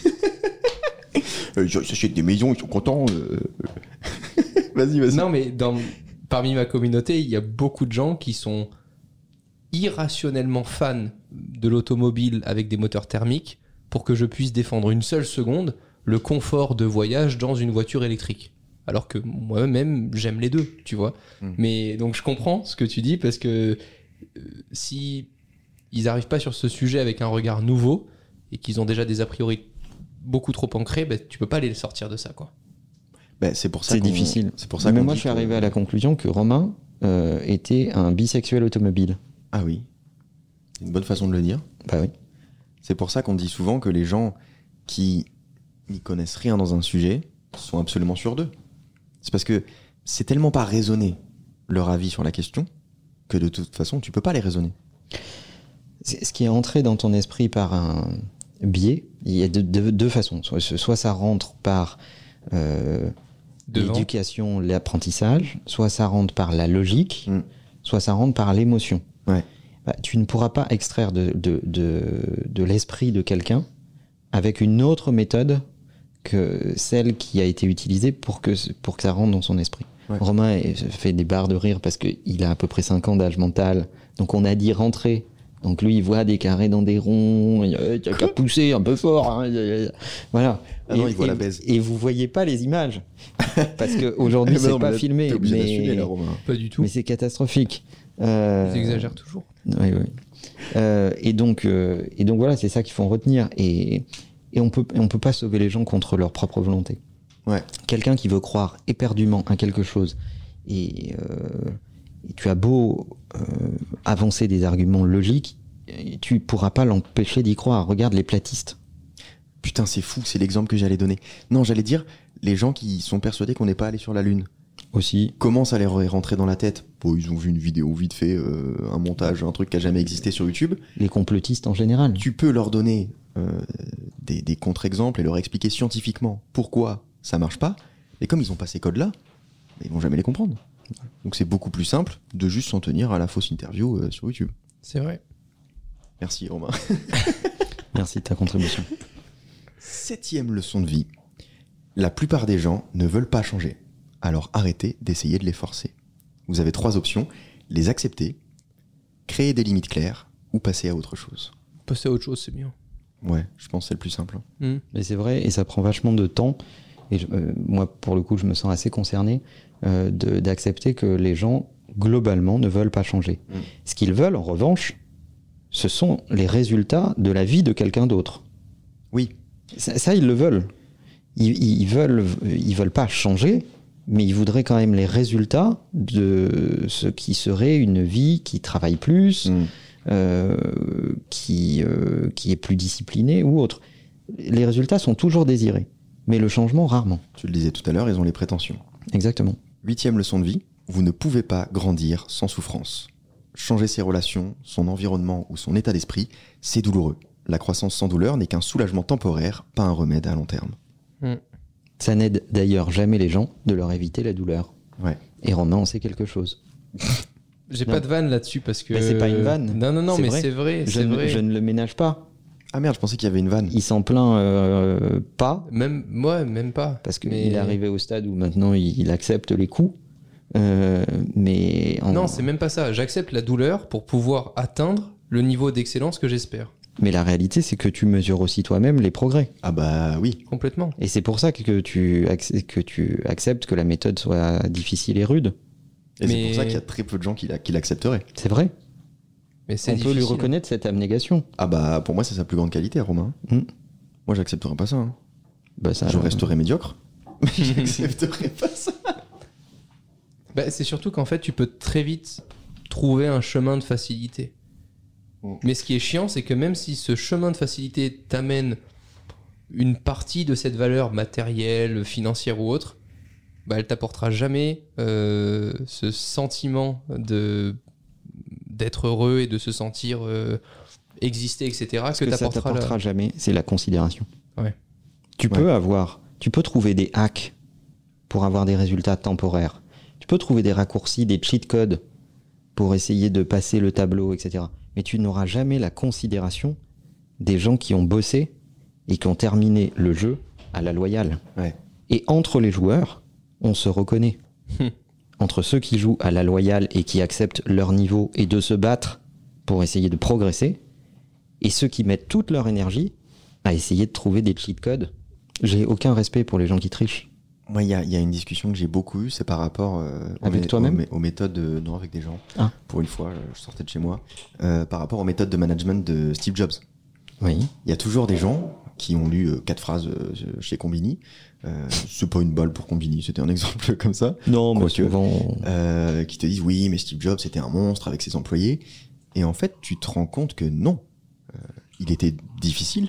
Euh, ils s'achètent des maisons, ils sont contents. euh. Vas-y, vas-y. Non, mais dans, parmi ma communauté, il y a beaucoup de gens qui sont irrationnellement fans de l'automobile avec des moteurs thermiques pour que je puisse défendre une seule seconde le confort de voyage dans une voiture électrique. Alors que moi-même, j'aime les deux, tu vois. Mm. Mais donc je comprends ce que tu dis parce que euh, si ils n'arrivent pas sur ce sujet avec un regard nouveau et qu'ils ont déjà des a priori beaucoup trop ancrés, bah, tu peux pas les sortir de ça, quoi. Ben, c'est pour ça C'est qu'on- difficile. C'est pour ça Mais qu'on moi, dit je suis que- arrivé à la conclusion que Romain euh, était un bisexuel automobile. Ah oui. C'est une bonne façon de le dire. Bah oui. C'est pour ça qu'on dit souvent que les gens qui n'y connaissent rien dans un sujet sont absolument sûrs d'eux. C'est parce que c'est tellement pas raisonné leur avis sur la question que de toute façon tu peux pas les raisonner. C'est- Ce qui est entré dans ton esprit par un biais, il y a deux, deux- deux façons. Soit, soit ça rentre par euh, Devant. l'éducation, l'apprentissage, soit ça rentre par la logique, Mm. soit ça rentre par l'émotion. Ouais. Bah, tu ne pourras pas extraire de, de, de, de l'esprit de quelqu'un avec une autre méthode que celle qui a été utilisée pour que, pour que ça rentre dans son esprit. Ouais. Romain est- fait des barres de rire parce qu'il a à peu près cinq ans d'âge mental. Donc on a dit rentrer. Donc lui, il voit des carrés dans des ronds. Il y a il y a qu'à pousser un peu fort. Hein. Voilà. Ah non, et, il voit et- la baise. Et vous voyez pas les images. Parce qu'aujourd'hui, Eh ben c'est non, mais pas là, filmé. T'es obligé Mais, d'assumer là, Romain. Pas du tout. mais c'est catastrophique. Euh, Ils exagèrent toujours. Oui, oui. et, donc, euh, et donc voilà, c'est ça qu'il faut en retenir. Et, et on peut, on peut pas sauver les gens contre leur propre volonté. Ouais. Quelqu'un qui veut croire éperdument à quelque chose, et, euh, et tu as beau euh, avancer des arguments logiques, tu pourras pas l'empêcher d'y croire. Regarde les platistes. Putain, c'est fou, c'est l'exemple que j'allais donner. Non, j'allais dire, les gens qui sont persuadés qu'on n'est pas allé sur la Lune. Aussi. Comment ça leur est rentré dans la tête? Bon, ils ont vu une vidéo vite fait, euh, un montage, un truc qui a jamais existé sur YouTube. Les complotistes en général. Tu peux leur donner euh, des, des contre-exemples et leur expliquer scientifiquement pourquoi ça marche pas. Et comme ils ont pas ces codes-là, ils vont jamais les comprendre. Donc c'est beaucoup plus simple de juste s'en tenir à la fausse interview euh, sur YouTube. C'est vrai. Merci Romain. Merci de ta contribution. Septième leçon de vie. La plupart des gens ne veulent pas changer. Alors arrêtez d'essayer de les forcer. Vous avez trois options. Les accepter, créer des limites claires ou passer à autre chose. Passer à autre chose, c'est bien. Ouais, je pense que c'est le plus simple. Mm. Mais c'est vrai, et ça prend vachement de temps. Et je, euh, moi, pour le coup, je me sens assez concerné euh, de, d'accepter que les gens, globalement, ne veulent pas changer. Mm. Ce qu'ils veulent, en revanche, ce sont les résultats de la vie de quelqu'un d'autre. Oui. Ça, ça ils le veulent. Ils, ils, veulent. Ils veulent pas changer, mais ils voudraient quand même les résultats de ce qui serait une vie qui travaille plus, Mm. euh, qui, euh, qui est plus disciplinée ou autre. Les résultats sont toujours désirés, mais le changement rarement. Tu le disais tout à l'heure, ils ont les prétentions. Exactement. Huitième leçon de vie. Vous ne pouvez pas grandir sans souffrance. Changer ses relations, son environnement ou son état d'esprit, c'est douloureux. La croissance sans douleur n'est qu'un soulagement temporaire, pas un remède à long terme. Mm. Ça n'aide d'ailleurs jamais les gens de leur éviter la douleur. Ouais. Et Romain en sait quelque chose. J'ai Non. pas de vanne là-dessus parce que. Mais c'est pas une vanne. Non, non, non, C'est mais vrai. c'est vrai. Je C'est ne, vrai. je ne le ménage pas. Ah merde, je pensais qu'il y avait une vanne. Il s'en plaint euh, pas, Même moi, même pas. parce qu'il Mais- est arrivé au stade où maintenant il, il accepte les coups. Euh, mais en- Non, c'est même pas ça. J'accepte la douleur pour pouvoir atteindre le niveau d'excellence que j'espère. mais la réalité, c'est que tu mesures aussi toi-même les progrès. Ah bah oui. Complètement. Et c'est pour ça que tu, ac- que tu acceptes que la méthode soit difficile et rude. Et c'est Mais- pour ça qu'il y a très peu de gens qui, la- qui l'accepteraient. C'est vrai. Mais c'est On peut lui difficile. reconnaître cette abnégation. Ah bah pour moi c'est sa plus grande qualité, Romain. Mm. Moi j'accepterais pas ça. hein. Bah, ça, Je resterais médiocre. Mais j'accepterais pas ça. Bah, c'est surtout qu'en fait, tu peux très vite trouver un chemin de facilité. Mm. Mais ce qui est chiant, c'est que même si ce chemin de facilité t'amène une partie de cette valeur matérielle, financière ou autre, bah, elle t'apportera jamais euh, ce sentiment de d'être heureux et de se sentir euh, exister, et cetera. Ce que que ça t'apportera t'apportera la- jamais, c'est la considération. Ouais. Tu Ouais. peux avoir, tu peux trouver des hacks pour avoir des résultats temporaires. Tu peux trouver des raccourcis, des cheat codes pour essayer de passer le tableau, et cetera. Mais tu n'auras jamais la considération des gens qui ont bossé et qui ont terminé le jeu à la loyale. Ouais. Et entre les joueurs, on se reconnaît. Hmm. Entre ceux qui jouent à la loyale et qui acceptent leur niveau et de se battre pour essayer de progresser, et ceux qui mettent toute leur énergie à essayer de trouver des cheat codes. J'ai aucun respect pour les gens qui trichent. Moi il y a, il y a une discussion que j'ai beaucoup eue, c'est par rapport euh, aux, Avec mé- toi-même aux, mé- aux méthodes de... Non, avec des gens. Ah. Pour une fois, je sortais de chez moi. Euh, par rapport aux méthodes de management de Steve Jobs. Oui. Il y a toujours des gens qui ont lu euh, quatre phrases euh, chez Combini. Euh, c'est pas une balle pour Combini, c'était un exemple comme ça. Non, mais Quoique. souvent... Euh, qui te disent oui, mais Steve Jobs c'était un monstre avec ses employés. Et en fait, tu te rends compte que non. Euh, il était difficile,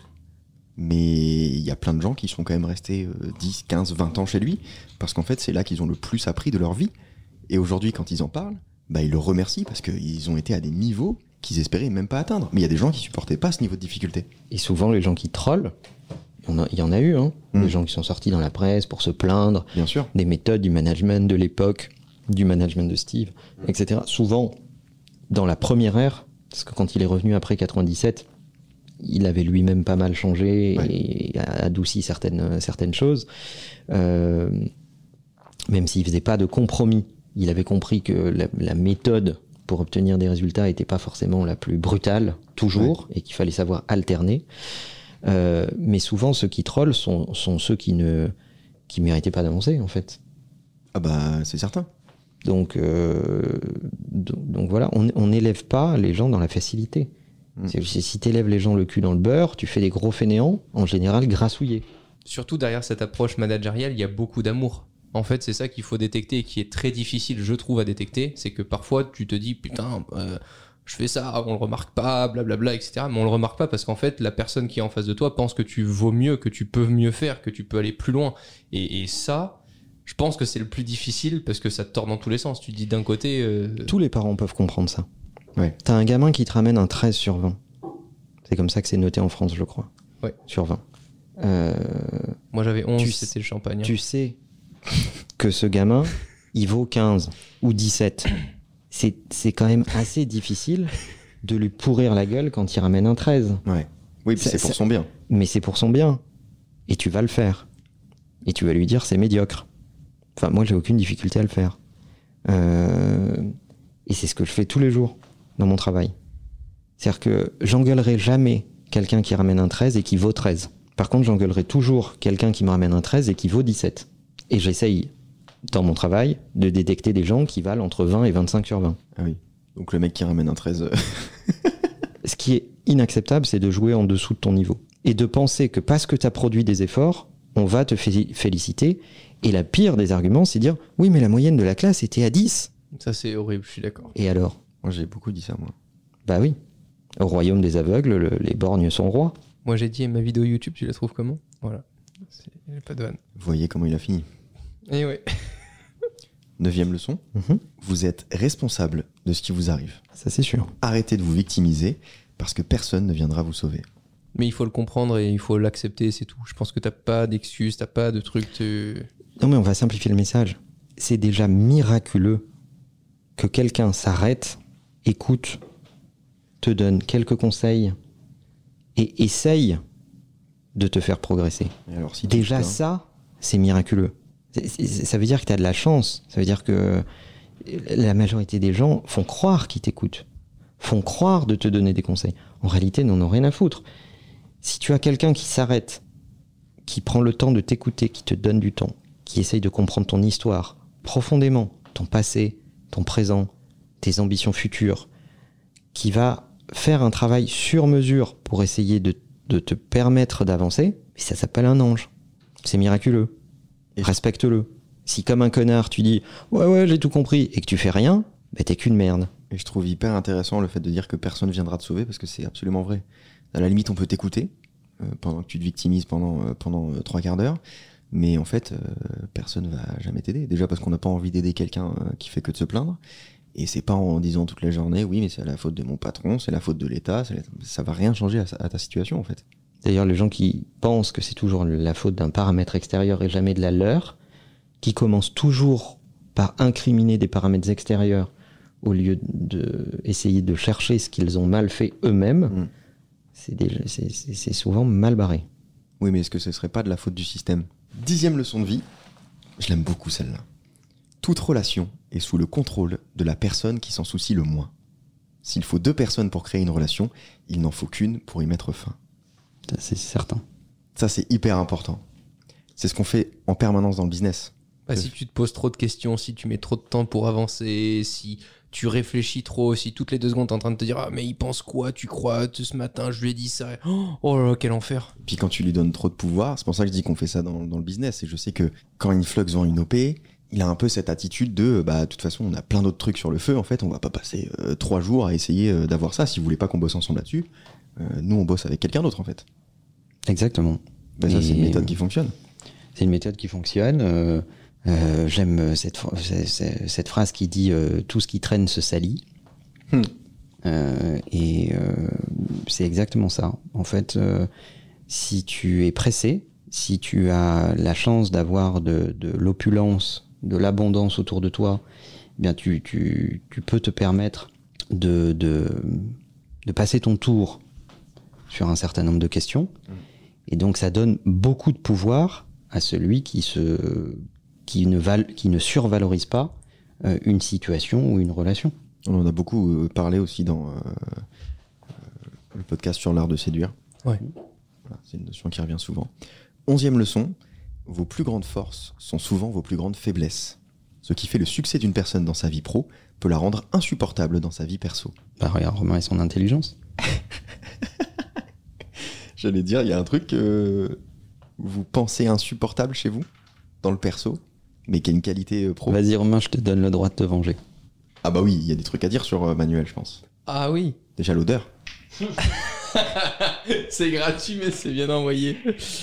mais il y a plein de gens qui sont quand même restés euh, dix, quinze, vingt ans chez lui, parce qu'en fait, c'est là qu'ils ont le plus appris de leur vie. Et aujourd'hui, quand ils en parlent, bah, ils le remercient parce qu'ils ont été à des niveaux qu'ils espéraient même pas atteindre. Mais il y a des gens qui supportaient pas ce niveau de difficulté. Et souvent, les gens qui trollent, il y en a, il y en a eu, hein. Mm. Des gens qui sont sortis dans la presse pour se plaindre Bien sûr. des méthodes du management de l'époque, du management de Steve, et cetera. Souvent, dans la première ère, parce que quand il est revenu après quatre-vingt-dix-sept, il avait lui-même pas mal changé Ouais. et adouci certaines, certaines choses. Euh, même s'il faisait pas de compromis, il avait compris que la, la méthode pour obtenir des résultats n'était pas forcément la plus brutale, toujours, et qu'il fallait savoir alterner. Euh, mais souvent, ceux qui trollent sont, sont ceux qui ne qui méritaient pas d'avancer, en fait. Ah bah, c'est certain. Donc, euh, donc, donc voilà, on on n'élève pas les gens dans la facilité. Mm. C'est, c'est, si t'élèves les gens le cul dans le beurre, tu fais des gros fainéants, en général grassouillés. Surtout derrière cette approche managériale, il y a beaucoup d'amour. En fait, c'est ça qu'il faut détecter et qui est très difficile, je trouve, à détecter. C'est que parfois, tu te dis, putain, euh, je fais ça, on le remarque pas, blablabla, et cetera. Mais on le remarque pas parce qu'en fait, la personne qui est en face de toi pense que tu vaux mieux, que tu peux mieux faire, que tu peux aller plus loin. Et, et ça, je pense que c'est le plus difficile parce que ça te tord dans tous les sens. Tu dis d'un côté... Euh... Tous les parents peuvent comprendre ça. Ouais. T'as un gamin qui te ramène un treize sur vingt. C'est comme ça que c'est noté en France, je crois. Ouais. Sur vingt. Euh... Moi, j'avais onze, tu c'était le champagne. Hein. Tu sais que ce gamin, il vaut quinze ou dix-sept. C'est, c'est quand même assez difficile de lui pourrir la gueule quand il ramène un treize. Ouais. Oui, puis Ça- c'est pour ça- son bien. Mais c'est pour son bien. Et tu vas le faire. Et tu vas lui dire c'est médiocre. Enfin, moi, j'ai aucune difficulté à le faire. Euh, Et c'est ce que je fais tous les jours dans mon travail. C'est-à-dire que j'engueulerai jamais quelqu'un qui ramène un treize et qui vaut treize. Par contre, j'engueulerai toujours quelqu'un qui me ramène un treize et qui vaut dix-sept. Et j'essaye, dans mon travail, de détecter des gens qui valent entre vingt et vingt-cinq sur vingt. Ah oui. Donc le mec qui ramène un treize... euh, Ce qui est inacceptable, c'est de jouer en dessous de ton niveau. Et de penser que parce que tu as produit des efforts, on va te fé- féliciter. Et la pire des arguments, c'est dire « Oui, mais la moyenne de la classe était à dix. Ça, c'est horrible, je suis d'accord. » Et alors ? Moi, j'ai beaucoup dit ça, moi. Bah oui. Au royaume des aveugles, le- les borgnes sont rois. Moi, j'ai dit, et ma vidéo YouTube, tu la trouves comment ? Voilà. C'est... J'ai pas de vanne. Vous voyez comment il a fini. Et ouais. Neuvième leçon. Mhm. Vous êtes responsable de ce qui vous arrive. Ça, c'est sûr. Arrêtez de vous victimiser parce que personne ne viendra vous sauver. Mais il faut le comprendre et il faut l'accepter, c'est tout. Je pense que t'as pas d'excuses, t'as pas de trucs... Tu... Non, mais on va simplifier le message. C'est déjà miraculeux que quelqu'un s'arrête, écoute, te donne quelques conseils et essaye de te faire progresser. Et alors, si Déjà putain, ça, c'est miraculeux. C'est- c'est- ça veut dire que tu as de la chance. Ça veut dire que la majorité des gens font croire qu'ils t'écoutent, font croire de te donner des conseils. En réalité, n'en ont rien à foutre. Si tu as quelqu'un qui s'arrête, qui prend le temps de t'écouter, qui te donne du temps, qui essaye de comprendre ton histoire profondément, ton passé, ton présent, tes ambitions futures, qui va faire un travail sur mesure pour essayer de, de te permettre d'avancer, ça s'appelle un ange. C'est miraculeux. Et- Respecte-le. Si comme un connard tu dis « Ouais, ouais, j'ai tout compris » et que tu fais rien, bah t'es qu'une merde. Et je trouve hyper intéressant le fait de dire que personne viendra te sauver parce que c'est absolument vrai. À la limite, on peut t'écouter euh, pendant que tu te victimises pendant, euh, pendant euh, trois quarts d'heure, mais en fait, euh, personne va jamais t'aider. Déjà parce qu'on n'a pas envie d'aider quelqu'un euh, qui fait que de se plaindre. Et c'est pas en disant toute la journée, oui, mais c'est la faute de mon patron, c'est la faute de l'État, c'est la- ça va rien changer à, sa- à ta situation en fait. D'ailleurs, les gens qui pensent que c'est toujours la faute d'un paramètre extérieur et jamais de la leur, qui commencent toujours par incriminer des paramètres extérieurs au lieu d'essayer de chercher ce qu'ils ont mal fait eux-mêmes, Mm. c'est, déjà- c'est- c'est- c'est souvent mal barré. Oui, mais est-ce que ce serait pas de la faute du système ? Dixième leçon de vie, je l'aime beaucoup celle-là. Toute relation est sous le contrôle de la personne qui s'en soucie le moins. S'il faut deux personnes pour créer une relation, il n'en faut qu'une pour y mettre fin. Ça, c'est certain. Ça, c'est hyper important. C'est ce qu'on fait en permanence dans le business. Bah, si tu te poses trop de questions, si tu mets trop de temps pour avancer, si tu réfléchis trop, si toutes les deux secondes t'es en train de te dire « Ah, mais il pense quoi ? Tu crois ? Ce matin, je lui ai dit ça. » Oh là là, quel enfer. Puis quand tu lui donnes trop de pouvoir, c'est pour ça que je dis qu'on fait ça dans, dans le business. Et je sais que quand Influx vend une O P, il a un peu cette attitude de bah de toute façon on a plein d'autres trucs sur le feu, en fait on va pas passer euh, trois jours à essayer euh, d'avoir ça. Si vous voulez pas qu'on bosse ensemble là-dessus, euh, nous on bosse avec quelqu'un d'autre en fait. Exactement. Bah, ça Et- c'est une méthode qui fonctionne. C'est une méthode qui fonctionne. Euh, euh, j'aime cette, phr- cette- cette- cette phrase qui dit euh, tout ce qui traîne se salit. Hmm. Euh, et euh, c'est exactement ça. En fait, euh, si tu es pressé, si tu as la chance d'avoir de, de l'opulence, de l'abondance autour de toi, eh bien tu, tu, tu peux te permettre de, de, de passer ton tour sur un certain nombre de questions. Et donc ça donne beaucoup de pouvoir à celui qui, se, qui, ne, val, qui ne survalorise pas euh, une situation ou une relation. On en a beaucoup euh, parlé aussi dans euh, euh, le podcast sur l'art de séduire. Ouais. Voilà, c'est une notion qui revient souvent. Onzième leçon, vos plus grandes forces sont souvent vos plus grandes faiblesses. Ce qui fait le succès d'une personne dans sa vie pro peut la rendre insupportable dans sa vie perso. Bah regarde Romain et son intelligence. J'allais dire, il y a un truc que vous pensez insupportable chez vous, dans le perso, mais qui a une qualité euh, pro. Vas-y Romain, je te donne le droit de te venger. Ah bah oui, il y a des trucs à dire sur euh, Manuel, je pense. Ah oui. Déjà l'odeur. C'est gratuit, mais c'est bien envoyé.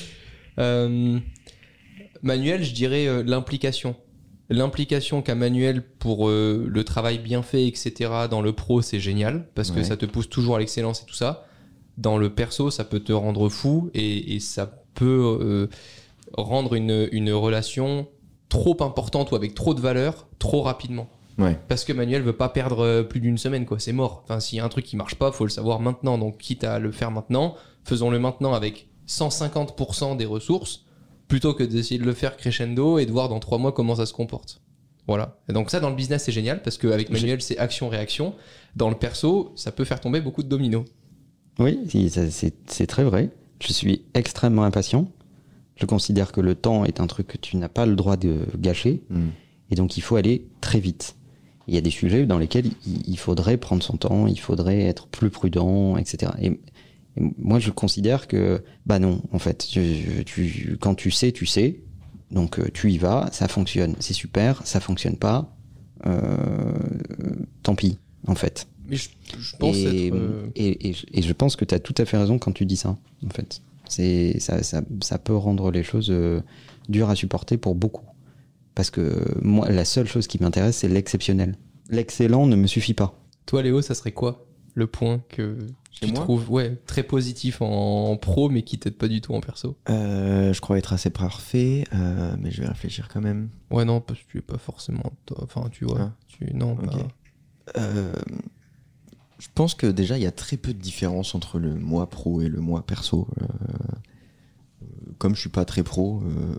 Euh, Manuel, je dirais euh, l'implication. L'implication qu'a Manuel pour euh, le travail bien fait, et cetera, dans le pro, c'est génial, parce que Ouais. ça te pousse toujours à l'excellence et tout ça. Dans le perso, ça peut te rendre fou, et, et ça peut euh, rendre une, une relation trop importante ou avec trop de valeur, trop rapidement. Ouais. Parce que Manuel veut pas perdre euh, plus d'une semaine, quoi. C'est mort. Enfin, s'il y a un truc qui marche pas, faut le savoir maintenant. Donc, quitte à le faire maintenant, faisons-le maintenant avec cent cinquante pour cent des ressources, plutôt que d'essayer de le faire crescendo et de voir dans trois mois comment ça se comporte. Voilà. Et donc ça, dans le business, c'est génial parce qu'avec Manuel, c'est action-réaction. Dans le perso, ça peut faire tomber beaucoup de dominos. Oui, si, ça, c'est, c'est très vrai. Je suis extrêmement impatient. Je considère que le temps est un truc que tu n'as pas le droit de gâcher. Mm. Et donc, il faut aller très vite. Il y a des sujets dans lesquels il, il faudrait prendre son temps, il faudrait être plus prudent, et cetera. Et, et moi, je considère que, bah non, en fait, tu, tu, quand tu sais, tu sais. Donc, euh, tu y vas, ça fonctionne, c'est super. Ça fonctionne pas, euh, tant pis, en fait. Mais je, je pense et, être... euh, et, et, et je pense que tu as tout à fait raison quand tu dis ça, en fait. C'est, ça, ça, ça peut rendre les choses euh, dures à supporter pour beaucoup. Parce que moi, la seule chose qui m'intéresse, c'est l'exceptionnel. L'excellent ne me suffit pas. Toi, Léo, ça serait quoi le point que Chez tu moi trouves ouais, très positif en, en pro, mais qui t'aide pas du tout en perso? Euh, je crois être assez parfait, euh, mais je vais réfléchir quand même. Ouais, non, parce que tu es pas forcément... Enfin, tu vois, Ah. tu... Non, Ok. pas... Euh, je pense que déjà, il y a très peu de différence entre le moi pro et le moi perso. Euh, comme je suis pas très pro, euh,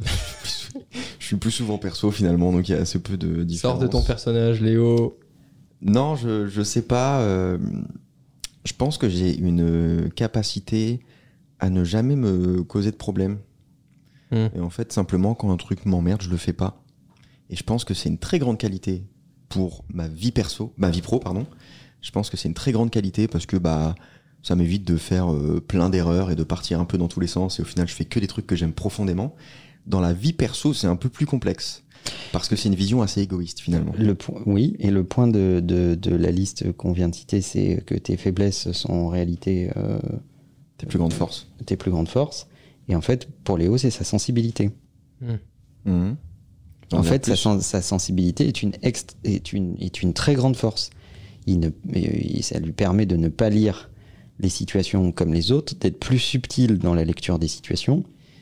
je suis plus souvent perso finalement, donc il y a assez peu de différence. Sors de ton personnage, Léo. Non, je, je sais pas. euh, je pense que j'ai une capacité à ne jamais me causer de problème. Hmm. Et en fait, simplement, quand un truc m'emmerde, je le fais pas. Et je pense que c'est une très grande qualité pour ma vie perso, ma vie pro, pardon. Je pense que c'est une très grande qualité parce que bah ça m'évite de faire euh, plein d'erreurs et de partir un peu dans tous les sens. Et au final, je fais que des trucs que j'aime profondément. Dans la vie perso, c'est un peu plus complexe. Parce que c'est une vision assez égoïste, finalement. Le po- oui, et le point de, de, de la liste qu'on vient de citer, c'est que tes faiblesses sont en réalité euh, Tes plus grandes forces. tes plus grandes forces. Et en fait, pour Léo, c'est sa sensibilité. Mhm. T'en En dis fait, sa, plus. sen- sa sensibilité est une, ext- est, une, est une très grande force. Il ne, et ça lui permet de ne pas lire les situations comme les autres, d'être plus subtil dans la lecture des situations.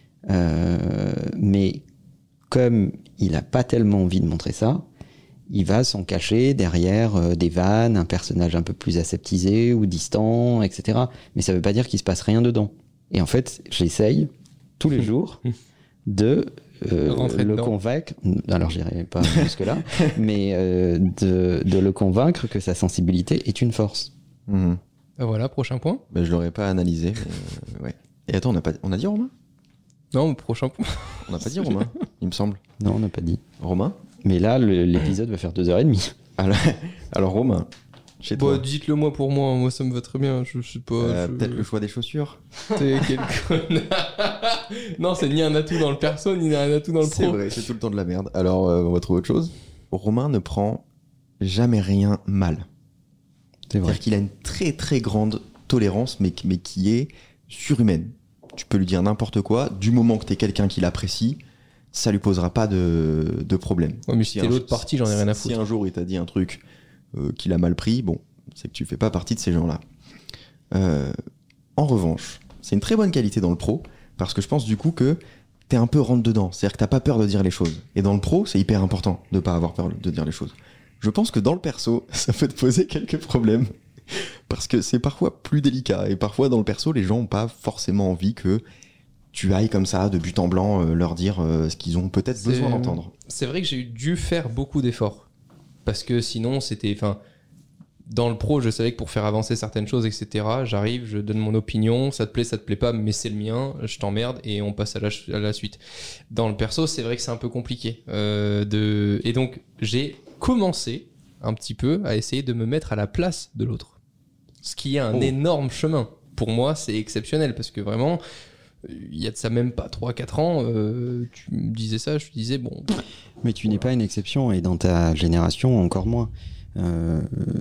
Euh, mais comme il n'a pas tellement envie de montrer ça, il va s'en cacher derrière euh, des vannes, un personnage un peu plus aseptisé ou distant, et cetera. Mais ça ne veut pas dire qu'il se passe rien dedans. Et en fait, j'essaye tous les jours de euh, Rentrer le dedans. convaincre, alors j'irai pas jusque-là, mais euh, de, de le convaincre que sa sensibilité est une force. Mhm. Ah, voilà, prochain point. Ben, je l'aurais pas analysé, mais euh, ouais. Et attends, on a, pas... on a dit Romain? Non, prochain point. On n'a pas dit Romain, il me semble. Non, on n'a pas dit. Romain? Mais là, le- l'épisode va faire deux heures et demie. Alors, alors Romain, chez Bon, toi, dites-le moi pour moi, moi ça me va très bien. Je sais pas. euh, je- peut-être le choix des chaussures. T'es quel connard. Non, c'est ni un atout dans le perso, ni un atout dans le C'est pro. vrai, c'est tout le temps de la merde. Alors, euh, on va trouver autre chose. Romain ne prend jamais rien mal. C'est vrai. C'est-à-dire qu'il a une très très grande tolérance, mais, mais qui est surhumaine. Tu peux lui dire n'importe quoi, du moment que t'es quelqu'un qui l'apprécie, ça lui posera pas de, de problème. Ouais, mais si t'es un- l'autre partie, j'en ai rien à Si foutre. un jour il t'a dit un truc euh, qu'il a mal pris, bon, c'est que tu fais pas partie de ces gens-là. Euh, en revanche, c'est une très bonne qualité dans le pro, parce que je pense du coup que t'es un peu rentre dedans, c'est-à-dire que t'as pas peur de dire les choses. Et dans le pro, c'est hyper important de pas avoir peur de dire les choses. Je pense que dans le perso, ça peut te poser quelques problèmes, parce que c'est parfois plus délicat, et parfois dans le perso, les gens ont pas forcément envie que tu ailles comme ça, de but en blanc, euh, leur dire euh, ce qu'ils ont peut-être C'est- besoin d'entendre. C'est vrai que j'ai dû faire beaucoup d'efforts. Parce que sinon, c'était. Enfin, dans le pro, je savais que pour faire avancer certaines choses, et cetera, j'arrive, je donne mon opinion, ça te plaît, ça te plaît pas, mais c'est le mien, je t'emmerde et on passe à la, à la suite. Dans le perso, c'est vrai que c'est un peu compliqué. Euh, de... Et donc, j'ai commencé un petit peu à essayer de me mettre à la place de l'autre. Ce qui est un Oh. énorme chemin. pour moi, c'est exceptionnel parce que vraiment, il y a de ça même pas trois quatre ans, euh, tu me disais ça, je te disais bon. Mais tu n'es pas une exception et dans ta génération encore moins. Il euh,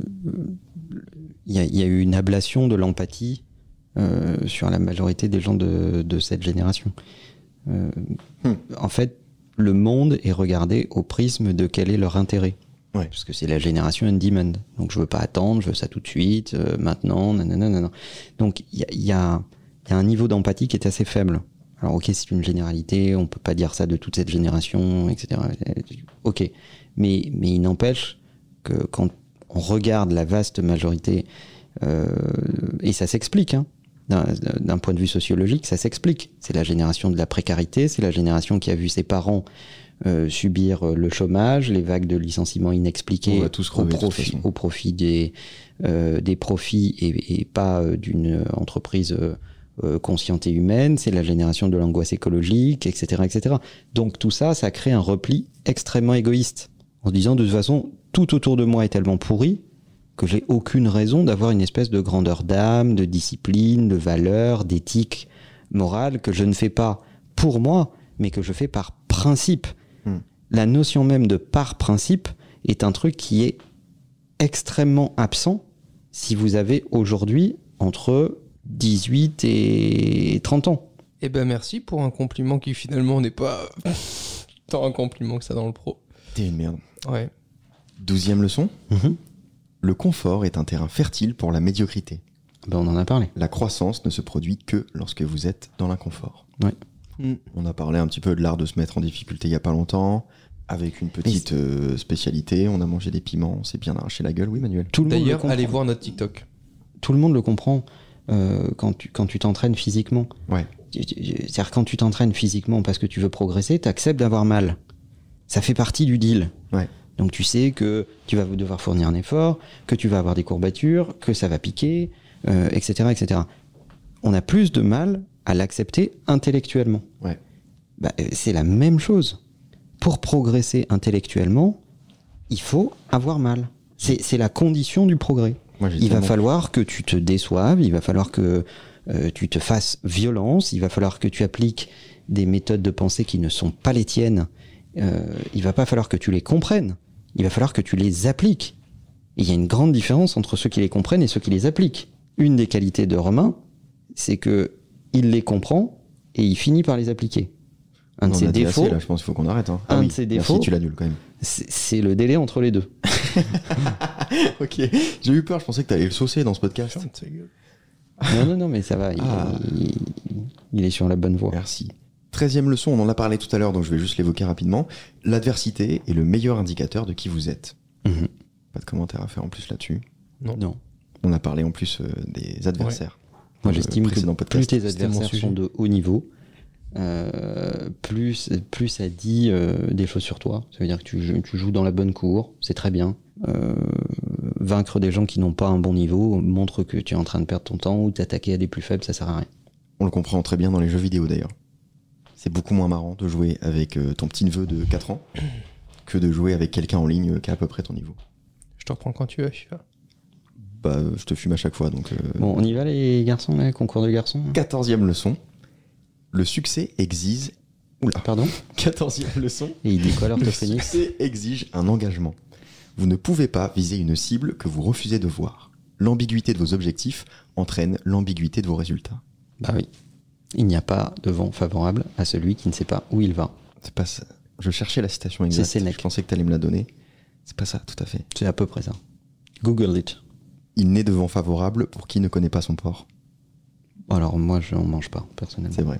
y, y a eu une ablation de l'empathie euh, sur la majorité des gens de, de cette génération. Euh, hmm. En fait, le monde est regardé au prisme de quel est leur intérêt. Ouais. Parce que c'est la génération on demand. Donc je veux pas attendre, je veux ça tout de suite, euh, maintenant, nanana, nanana. Donc il y a, y, a, y a un niveau d'empathie qui est assez faible. Alors ok, c'est une généralité, on peut pas dire ça de toute cette génération, et cetera. Ok, mais, mais il n'empêche que quand on regarde la vaste majorité, euh, et ça s'explique, hein, d'un, d'un point de vue sociologique, ça s'explique. C'est la génération de la précarité, c'est la génération qui a vu ses parents Euh, subir euh, le chômage, les vagues de licenciements inexpliqués au profit, au profit des, euh, des profits et, et pas euh, d'une entreprise euh, euh, consciente et humaine. C'est la génération de l'angoisse écologique, et cetera, et cetera. Donc tout ça, ça crée un repli extrêmement égoïste. En se disant, de toute façon, tout autour de moi est tellement pourri que j'ai aucune raison d'avoir une espèce de grandeur d'âme, de discipline, de valeur, d'éthique morale que je ne fais pas pour moi, mais que je fais par principe. La notion même de par principe est un truc qui est extrêmement absent si vous avez aujourd'hui entre dix-huit et trente ans. Eh ben merci pour un compliment qui finalement n'est pas tant un compliment que ça dans le pro. T'es une merde. Ouais. Douzième leçon. Mm-hmm. Le confort est un terrain fertile pour la médiocrité. Ben on en a parlé. La croissance ne se produit que lorsque vous êtes dans l'inconfort. Ouais. Mm. On a parlé un petit peu de l'art de se mettre en difficulté il y a pas longtemps. Avec une petite euh, spécialité, on a mangé des piments, on s'est bien arraché la gueule, oui Manuel. Tout le D'ailleurs, monde le allez voir notre TikTok. Tout le monde le comprend euh, quand tu quand tu t'entraînes physiquement. Ouais. C'est-à-dire quand tu t'entraînes physiquement parce que tu veux progresser, t'acceptes d'avoir mal. Ça fait partie du deal. Ouais. Donc tu sais que tu vas devoir fournir un effort, que tu vas avoir des courbatures, que ça va piquer, euh, et cetera, et cetera. On a plus de mal à l'accepter intellectuellement. Ouais. Bah, c'est la même chose. Pour progresser intellectuellement, il faut avoir mal. C'est, c'est la condition du progrès. Moi, il va falloir que tu te déçoives, il va falloir que euh, tu te fasses violence, il va falloir que tu appliques des méthodes de pensée qui ne sont pas les tiennes. Euh, il va pas falloir que tu les comprennes, il va falloir que tu les appliques. Et il y a une grande différence entre ceux qui les comprennent et ceux qui les appliquent. Une des qualités de Romain, c'est que il les comprend et il finit par les appliquer. Un de on ses a défauts, assez, là, je pense qu'il faut qu'on arrête. Hein. Un ah oui, de ses défauts, merci, tu l'annules quand même. C'est, c'est le délai entre les deux. Ok, j'ai eu peur, je pensais que t'allais le saucer dans ce podcast. Non, non, non, mais ça va, il, ah. il, il est sur la bonne voie. Merci. Treizième leçon, on en a parlé tout à l'heure, donc je vais juste l'évoquer rapidement. L'adversité est le meilleur indicateur de qui vous êtes. Mm-hmm. Pas de commentaire à faire en plus là-dessus. Non. non. On a parlé en plus euh, des adversaires. Ouais. Moi, j'estime que podcast. Plus tes adversaires sont de haut niveau, Euh, plus, plus ça dit euh, des choses sur toi. Ça veut dire que tu, tu joues dans la bonne cour, c'est très bien. Euh, vaincre des gens qui n'ont pas un bon niveau montre que tu es en train de perdre ton temps, ou t'attaquer à des plus faibles, ça sert à rien. On le comprend très bien dans les jeux vidéo d'ailleurs. C'est beaucoup moins marrant de jouer avec euh, ton petit neveu de quatre ans que de jouer avec quelqu'un en ligne qui a à peu près ton niveau. Je te reprends quand tu veux, je suis là. Bah, je te fume à chaque fois donc. Euh... Bon, on y va les garçons, là, concours de garçons. Quatorzième leçon. Le succès exige... Oula. Pardon ? Quatorzième leçon. Et il dit quoi alors, Le Tophénix ? succès exige un engagement. Vous ne pouvez pas viser une cible que vous refusez de voir. L'ambiguïté de vos objectifs entraîne l'ambiguïté de vos résultats. Bah oui. Il n'y a pas de vent favorable à celui qui ne sait pas où il va. C'est pas ça. Je cherchais la citation exacte. C'est Sénèque. Je pensais que tu allais me la donner. C'est pas ça, tout à fait. C'est à peu près ça. Google it. Il n'est de vent favorable pour qui ne connaît pas son port. Alors moi, je n'en mange pas, personnellement. C'est vrai.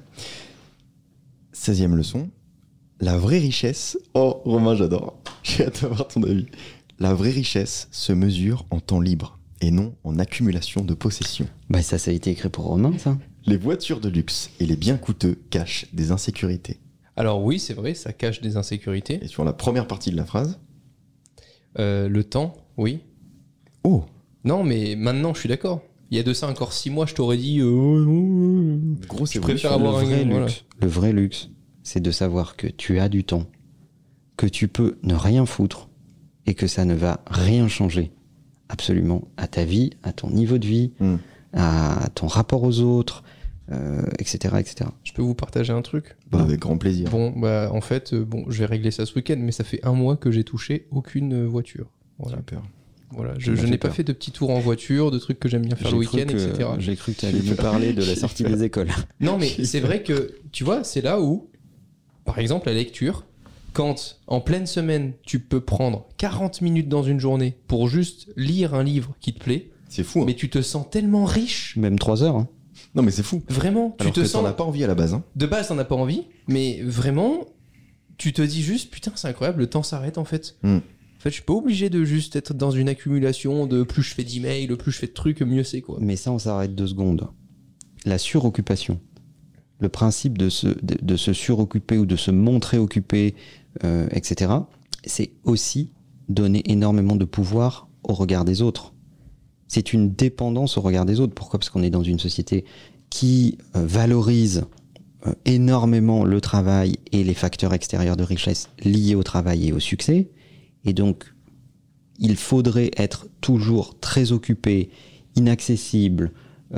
seizième leçon. La vraie richesse... Oh, Romain, j'adore. J'ai hâte d'avoir ton avis. La vraie richesse se mesure en temps libre et non en accumulation de possessions. Bah ça, ça a été écrit pour Romain, ça. Les voitures de luxe et les biens coûteux cachent des insécurités. Alors oui, c'est vrai, ça cache des insécurités. Et sur la première partie de la phrase... Euh, le temps, oui. Oh. Non, mais maintenant, je suis d'accord. Il y a de ça encore six mois, je t'aurais dit... Euh, Gros, je préfère avoir le un... vrai luxe. Voilà. Le vrai luxe, c'est de savoir que tu as du temps, que tu peux ne rien foutre et que ça ne va rien changer absolument à ta vie, à ton niveau de vie, mmh. à ton rapport aux autres, euh, et cetera, et cetera. Je peux vous partager un truc? Bah, avec grand plaisir. Bon, bah en fait, euh, bon, je vais régler ça ce week-end, mais ça fait un mois que j'ai touché aucune voiture. Voilà. Super. Voilà, Ça je, m'a je fait n'ai pas peur. fait de petits tours en voiture, de trucs que j'aime bien faire J'ai le cru week-end, que- et cetera. J'ai cru que tu allais nous parler de la sortie des écoles. Non, mais c'est vrai que, tu vois, c'est là où, par exemple, la lecture, quand en pleine semaine, tu peux prendre quarante minutes dans une journée pour juste lire un livre qui te plaît, C'est fou. Hein. mais tu te sens tellement riche, Même trois heures. Hein. Non, mais c'est fou. vraiment, tu Alors te que sens... t'en as pas envie à la base. Hein. De base, t'en as pas envie, mais vraiment, tu te dis juste, putain, c'est incroyable, le temps s'arrête en fait. Mm. En fait, je suis pas obligé de juste être dans une accumulation de plus je fais d'emails, plus je fais de trucs, mieux c'est quoi. Mais ça, on s'arrête deux secondes. La suroccupation. Le principe de se, de, de se suroccuper ou de se montrer occupé, euh, et cetera, c'est aussi donner énormément de pouvoir au regard des autres. C'est une dépendance au regard des autres. Pourquoi ? Parce qu'on est dans une société qui euh, valorise euh, énormément le travail et les facteurs extérieurs de richesse liés au travail et au succès. Et donc, il faudrait être toujours très occupé, inaccessible,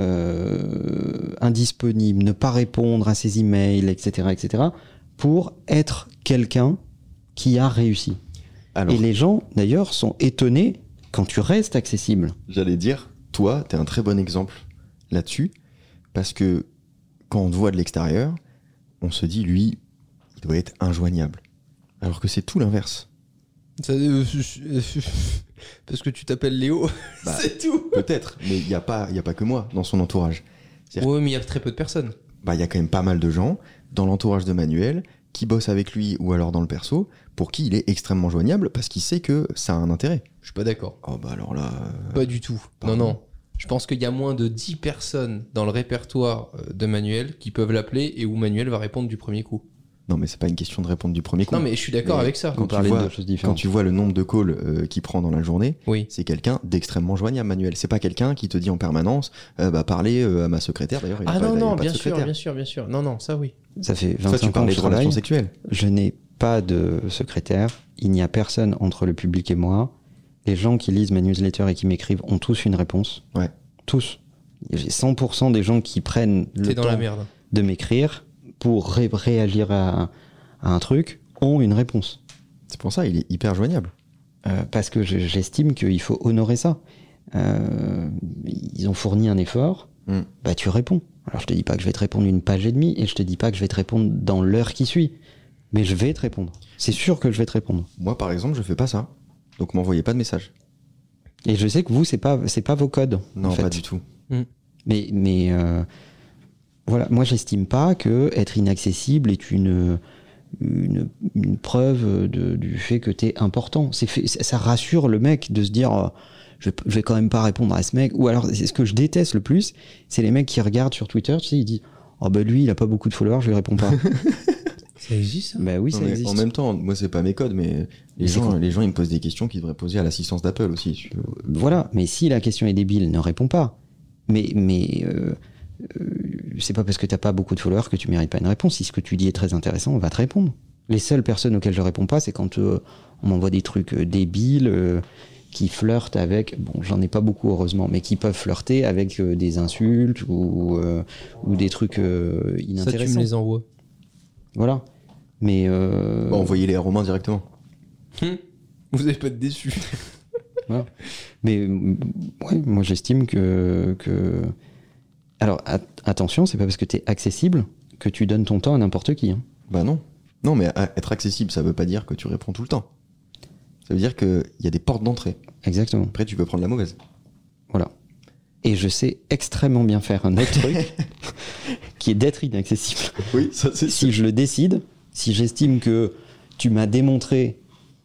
euh, indisponible, ne pas répondre à ses emails, et cetera, et cetera, pour être quelqu'un qui a réussi. Alors, Et les gens, d'ailleurs, sont étonnés quand tu restes accessible. j'allais dire, toi, t'es un très bon exemple là-dessus, parce que quand on te voit de l'extérieur, on se dit, lui, il doit être injoignable. Alors que c'est tout l'inverse. Ça, euh, parce que tu t'appelles Léo, Bah, c'est tout. Peut-être, mais il n'y a, pas- y a pas que moi dans son entourage. C'est-à-dire- Ouais, mais il y a très peu de personnes. Bah, il y a quand même pas mal de gens dans l'entourage de Manuel qui bossent avec lui ou alors dans le perso, pour qui il est extrêmement joignable parce qu'il sait que ça a un intérêt. Je suis pas d'accord. Oh bah alors là... euh, Pas du tout. Pardon. Non, non. Je pense qu'il y a moins de dix personnes dans le répertoire euh, de Manuel qui peuvent l'appeler et où Manuel va répondre du premier coup. Non mais c'est pas une question de répondre du premier coup. Non, mais je suis d'accord Mais avec ça. quand On tu parlait vois- de choses Quand différentes. tu vois le nombre de calls euh, qu'il prend dans la journée, Oui. c'est quelqu'un d'extrêmement joignable, Manuel. C'est pas quelqu'un qui te dit en permanence, euh, bah parlez euh, à ma secrétaire. D'ailleurs, il a Ah pas, non, il a non, pas bien de sûr, secrétaire. bien sûr, bien sûr. Non, non, ça oui. Ça fait Ça, vingt-cinq tu ans que parlais je de relations travaille. sexuelles. Je n'ai pas de secrétaire. Il n'y a personne entre le public et moi. Les gens qui lisent ma newsletter et qui m'écrivent ont tous une réponse. Ouais. Tous. J'ai cent pour cent des gens qui prennent le T'es dans temps la merde. de m'écrire pour ré- réagir à, à un truc ont une réponse. C'est pour ça, il est hyper joignable. Euh, parce que je- j'estime qu'il faut honorer ça. Euh, ils ont fourni un effort, Mm. bah tu réponds. Alors je te dis pas que je vais te répondre une page et demie et je te dis pas que je vais te répondre dans l'heure qui suit, mais je vais te répondre. C'est sûr que je vais te répondre. Moi, par exemple, je fais pas ça. Donc, m'envoyez pas de message. Et je sais que vous, c'est pas, c'est pas vos codes. Non, en fait. pas du tout. Mais, mais euh, voilà, moi j'estime pas que être inaccessible est une, une, une preuve de- du fait que t'es important. C'est fait, ça rassure le mec de se dire euh, je, vais, je vais quand même pas répondre à ce mec. Ou alors, c'est ce que je déteste le plus, c'est les mecs qui regardent sur Twitter, tu sais, ils disent oh bah lui il a pas beaucoup de followers, je lui réponds pas. Ça existe ça? Bah oui, Non, ça mais existe. en même temps, moi, c'est pas mes codes, mais les Mais c'est gens, con. les gens, ils me posent des questions qu'ils devraient poser à l'assistance d'Apple aussi. Je- Voilà, mais si la question est débile, ne réponds pas. Mais, mais euh, euh, c'est pas parce que t'as pas beaucoup de followers que tu mérites pas une réponse. Si ce que tu dis est très intéressant, on va te répondre. Les seules personnes auxquelles je réponds pas, c'est quand euh, on m'envoie des trucs euh, débiles euh, qui flirtent avec, bon, j'en ai pas beaucoup heureusement, mais qui peuvent flirter avec euh, des insultes ou, euh, ou des trucs euh, Ça, tu inintéressants. me les envoies. Voilà. Mais euh, Bah, envoyez-les à Romain directement. Hum. Vous allez pas être déçus. Voilà. Mais euh, ouais, moi j'estime que, que... Alors at- attention, c'est pas parce que t'es accessible que tu donnes ton temps à n'importe qui. Hein. Bah non. Non, mais à- être accessible, ça veut pas dire que tu réponds tout le temps. Ça veut dire qu'il y a des portes d'entrée. Exactement. Après, tu peux prendre la mauvaise. Voilà. Et je sais extrêmement bien faire un autre truc qui est d'être inaccessible. Oui, ça c'est Si je le décide, si j'estime que tu m'as démontré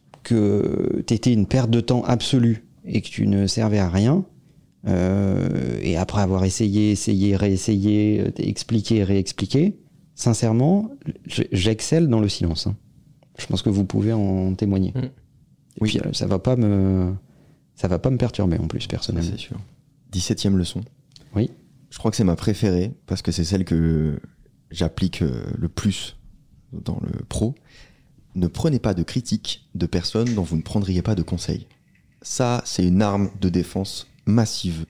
que t'étais une perte de temps absolue et que tu ne servais à rien, euh, et après avoir essayé, essayé, réessayé, euh, expliqué, réexpliqué, sincèrement, je- j'excelle dans le silence. hein. Je pense que vous pouvez en témoigner. Mm. Et puis, euh, ça va pas me, ça va pas me perturber en plus personnellement. c'est sûr. dix-septième leçon. Oui. Je crois que c'est ma préférée parce que c'est celle que j'applique euh, le plus dans le pro. Ne prenez pas de critiques de personnes dont vous ne prendriez pas de conseils. Ça, c'est une arme de défense massive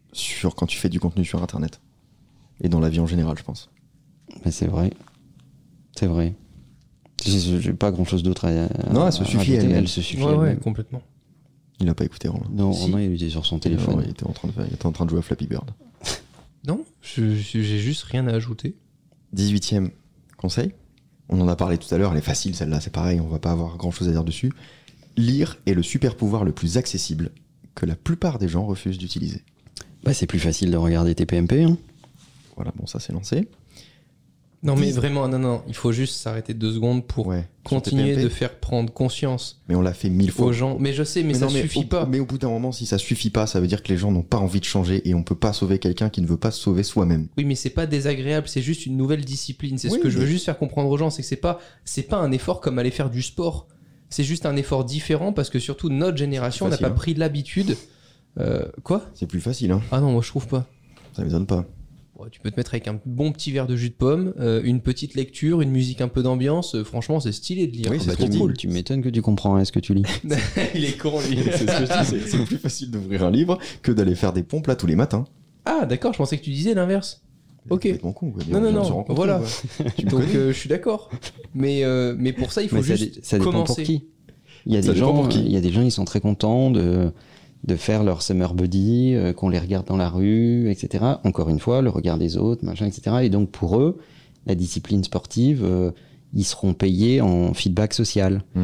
sur quand tu fais du contenu sur Internet. Et dans la vie en général, je pense. Mais c'est vrai. C'est vrai. J'ai, j'ai pas grand-chose d'autre à. Non, elle se suffit rajouter. elle-même. Elle se suffit. Ouais, ouais, elle-même. complètement. Il n'a pas écouté Romain. Non, Si. Romain, il était sur son téléphone. Non, il, était en train de faire- il était en train de jouer à Flappy Bird. Non, je- je- j'ai juste rien à ajouter. dix-huitième conseil. On en a parlé tout à l'heure, elle est facile celle-là, c'est pareil, on va pas avoir grand-chose à dire dessus. Lire est le super pouvoir le plus accessible que la plupart des gens refusent d'utiliser. Bah, c'est plus facile de regarder tes P M P. Hein. Voilà, bon, ça c'est lancé. Non, mais Dix- vraiment, non, non, il faut juste s'arrêter deux secondes pour Ouais. continuer Sur tes P M P, de faire prendre conscience Mais on l'a fait mille fois. aux gens. Mais je sais, mais, ça non, mais suffit au, pas. Mais au bout d'un moment, si ça suffit pas, ça veut dire que les gens n'ont pas envie de changer et on peut pas sauver quelqu'un qui ne veut pas se sauver soi-même. Oui, mais c'est pas désagréable, c'est juste une nouvelle discipline. C'est Oui, ce que je veux mais- juste faire comprendre aux gens, c'est que c'est pas, c'est pas un effort comme aller faire du sport. C'est juste un effort différent parce que surtout notre génération n'a facile, pas hein. pris l'habitude. Euh, quoi C'est plus facile, hein. Ah non, moi je trouve pas. Ça m'étonne pas. Ouais, tu peux te mettre avec un bon petit verre de jus de pomme, euh, une petite lecture, une musique un peu d'ambiance. euh, franchement, c'est stylé de lire. Oui, Ah, c'est bah, trop tu- cool. Tu m'étonnes que tu comprends rien ce que tu lis. Il est con, lui. C'est ce que je dis, c'est- c'est plus facile d'ouvrir un livre que d'aller faire des pompes là tous les matins. Ah, d'accord, je pensais que tu disais l'inverse. Ok. C'est complètement con, quoi. Non, On non, vient de non, se rencontrer, voilà. quoi. Tu me Donc connais. euh, je suis d'accord. Mais, euh, mais pour ça, il faut Mais ça, juste dé- ça dépend commencer. pour qui. Il y a Ça des dépend gens, pour qui. il y a des gens, ils sont très contents de de faire leur summer buddy, euh, qu'on les regarde dans la rue, et cetera. Encore une fois, le regard des autres, machin, et cetera. Et donc pour eux, la discipline sportive, euh, ils seront payés en feedback social. Mm.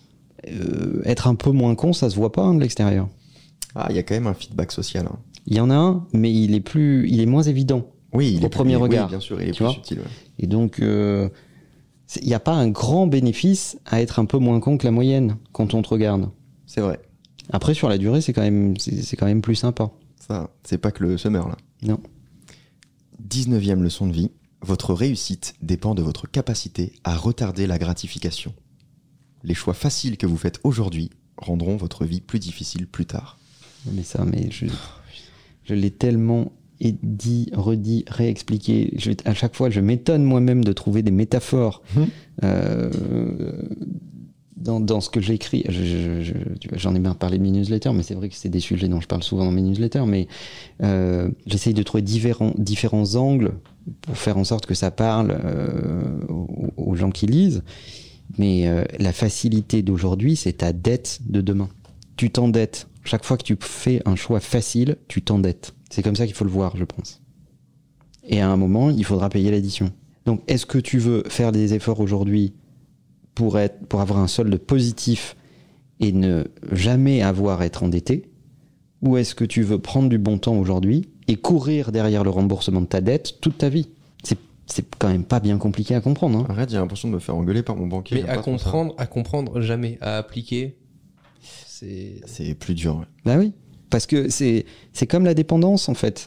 Euh, être un peu moins con, ça se voit pas hein, de l'extérieur. Ah, il y a quand même un feedback social. hein. Il y en a un, mais il est plus, il est moins évident. Oui, il Au est premier plus, regard, Oui, bien sûr, il est tu plus vois. subtil. ouais. Et donc, euh, c'est- il n'y a pas un grand bénéfice à être un peu moins con que la moyenne quand on te regarde. C'est vrai. Après, sur la durée, c'est quand même, c'est, c'est quand même plus sympa. Ça, c'est pas que le summer là. Non. dix-neuvième leçon de vie. Votre réussite dépend de votre capacité à retarder la gratification. Les choix faciles que vous faites aujourd'hui rendront votre vie plus difficile plus tard. Mais ça, mais je, je l'ai tellement et dit, redit, réexpliqué. Je, à chaque fois, je m'étonne moi-même de trouver des métaphores Mmh. euh, dans, dans ce que j'écris. Je, je, je, tu vois, j'en ai bien parlé de mes newsletters, mais c'est vrai que c'est des sujets dont je parle souvent dans mes newsletters. Mais euh, j'essaye de trouver différents, différents angles pour faire en sorte que ça parle euh, aux, aux gens qui lisent. Mais euh, la facilité d'aujourd'hui, c'est ta dette de demain. Tu t'endettes. Chaque fois que tu fais un choix facile, tu t'endettes. C'est comme ça qu'il faut le voir, je pense. Et à un moment, il faudra payer l'addition. Donc, est-ce que tu veux faire des efforts aujourd'hui pour, être, pour avoir un solde positif et ne jamais avoir à être endetté? Ou est-ce que tu veux prendre du bon temps aujourd'hui et courir derrière le remboursement de ta dette toute ta vie? C'est, c'est quand même pas bien compliqué à comprendre. Hein. Arrête, j'ai l'impression de me faire engueuler par mon banquier. Mais j'aime à pas trop ça. comprendre, à comprendre jamais, à appliquer, c'est. C'est plus dur. ouais. Bah oui, parce que c'est, c'est comme la dépendance en fait.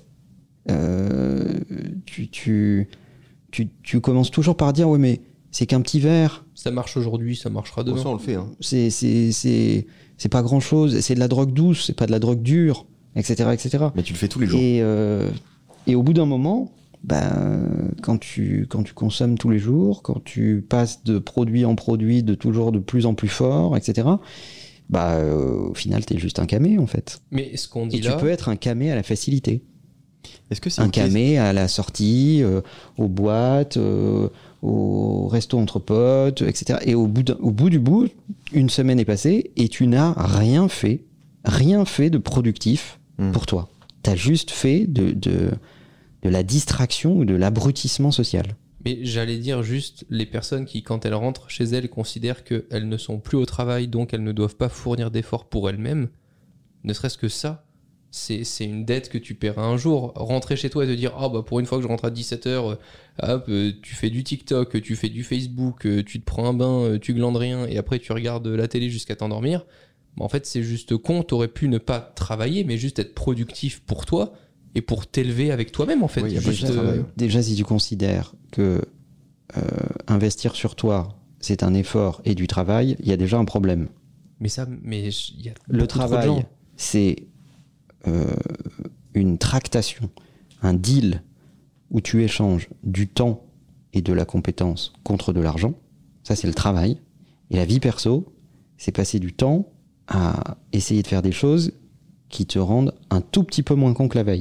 Euh, tu, tu, tu, tu commences toujours par dire ouais mais c'est qu'un petit verre, Ça marche aujourd'hui, ça marchera Bon, demain. ça, on le fait. Hein. c'est, c'est, c'est, c'est pas grand chose, c'est de la drogue douce, c'est pas de la drogue dure, et cetera et cetera. Mais tu le fais tous les jours. Et, euh, et au bout d'un moment, ben, quand, tu, quand tu consommes tous les jours, quand tu passes de produit en produit de toujours de plus en plus fort, et cetera, bah, euh, au final, t'es juste un camé, en fait. Mais ce qu'on dit Et tu là, peux être un camé à la facilité. Est-ce que c'est Un ok camé à la sortie, euh, aux boîtes, euh, au resto entre potes, et cetera. Et au bout, d'un- au bout du bout, une semaine est passée et tu n'as rien fait, rien fait de productif Hmm. pour toi. Tu as juste fait de, de, de la distraction ou de l'abrutissement social. mais j'allais dire juste les personnes qui, quand elles rentrent chez elles, considèrent qu'elles ne sont plus au travail, donc elles ne doivent pas fournir d'efforts pour elles-mêmes. Ne serait-ce que ça, c'est, c'est une dette que tu paieras un jour. Rentrer chez toi et te dire ah bah pour une fois que je rentre à dix-sept heures, hop, euh, tu fais du TikTok, tu fais du Facebook, euh, tu te prends un bain, euh, tu glandes rien et après tu regardes la télé jusqu'à t'endormir. Bah, en fait, c'est juste con. T'aurais pu ne pas travailler, mais juste être productif pour toi et pour t'élever avec toi-même en fait. Oui, y a pas Juste, de travail. euh, Déjà, si tu considères que euh, investir sur toi, c'est un effort et du travail, il y a déjà un problème. mais ça, mais il y a Le beaucoup trop de travail, gens. c'est euh, une tractation, un deal où tu échanges du temps et de la compétence contre de l'argent. Ça, c'est le travail. Et la vie perso, c'est passer du temps à essayer de faire des choses qui te rendent un tout petit peu moins con que la veille.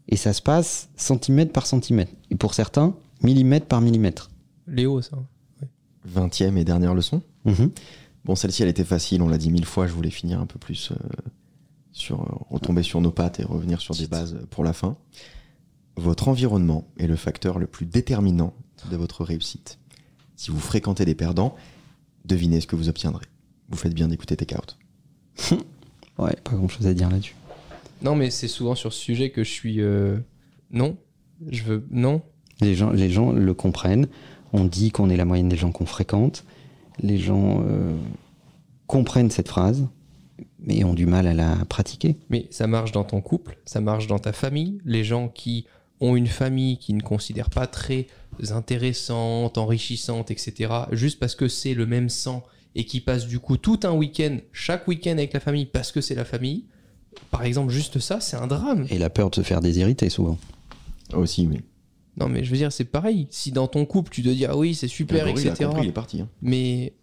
Et ça se passe centimètre par centimètre. Et pour certains, millimètre par millimètre. Léo, ça. Ouais. vingtième et dernière leçon. Mmh. Bon, celle-ci, elle était facile, on l'a dit mille fois, je voulais finir un peu plus euh, sur euh, retomber sur nos pattes et revenir sur des bases pour la fin. Votre environnement est le facteur le plus déterminant de votre réussite. Si vous fréquentez des perdants, devinez ce que vous obtiendrez. Vous faites bien d'écouter Take Out. Ouais, pas grand-chose à dire là-dessus. Non, mais c'est souvent sur ce sujet que je suis... Euh... Non, je veux... Non. Les gens, les gens le comprennent. On dit qu'on est la moyenne des gens qu'on fréquente. Les gens euh, comprennent cette phrase, mais ont du mal à la pratiquer. Mais ça marche dans ton couple, ça marche dans ta famille. Les gens qui ont une famille qui ne considèrent pas très intéressante, enrichissante, et cetera, juste parce que c'est le même sang et qui passent du coup tout un week-end, chaque week-end avec la famille, parce que c'est la famille, par exemple, juste ça, c'est un drame. Et la peur de se faire déshériter, souvent. Aussi, oui. Non, mais je veux dire, c'est pareil. Si dans ton couple, tu te dis, ah oui, c'est super, gorille, et cetera. il a compris, il est parti. Hein. Mais...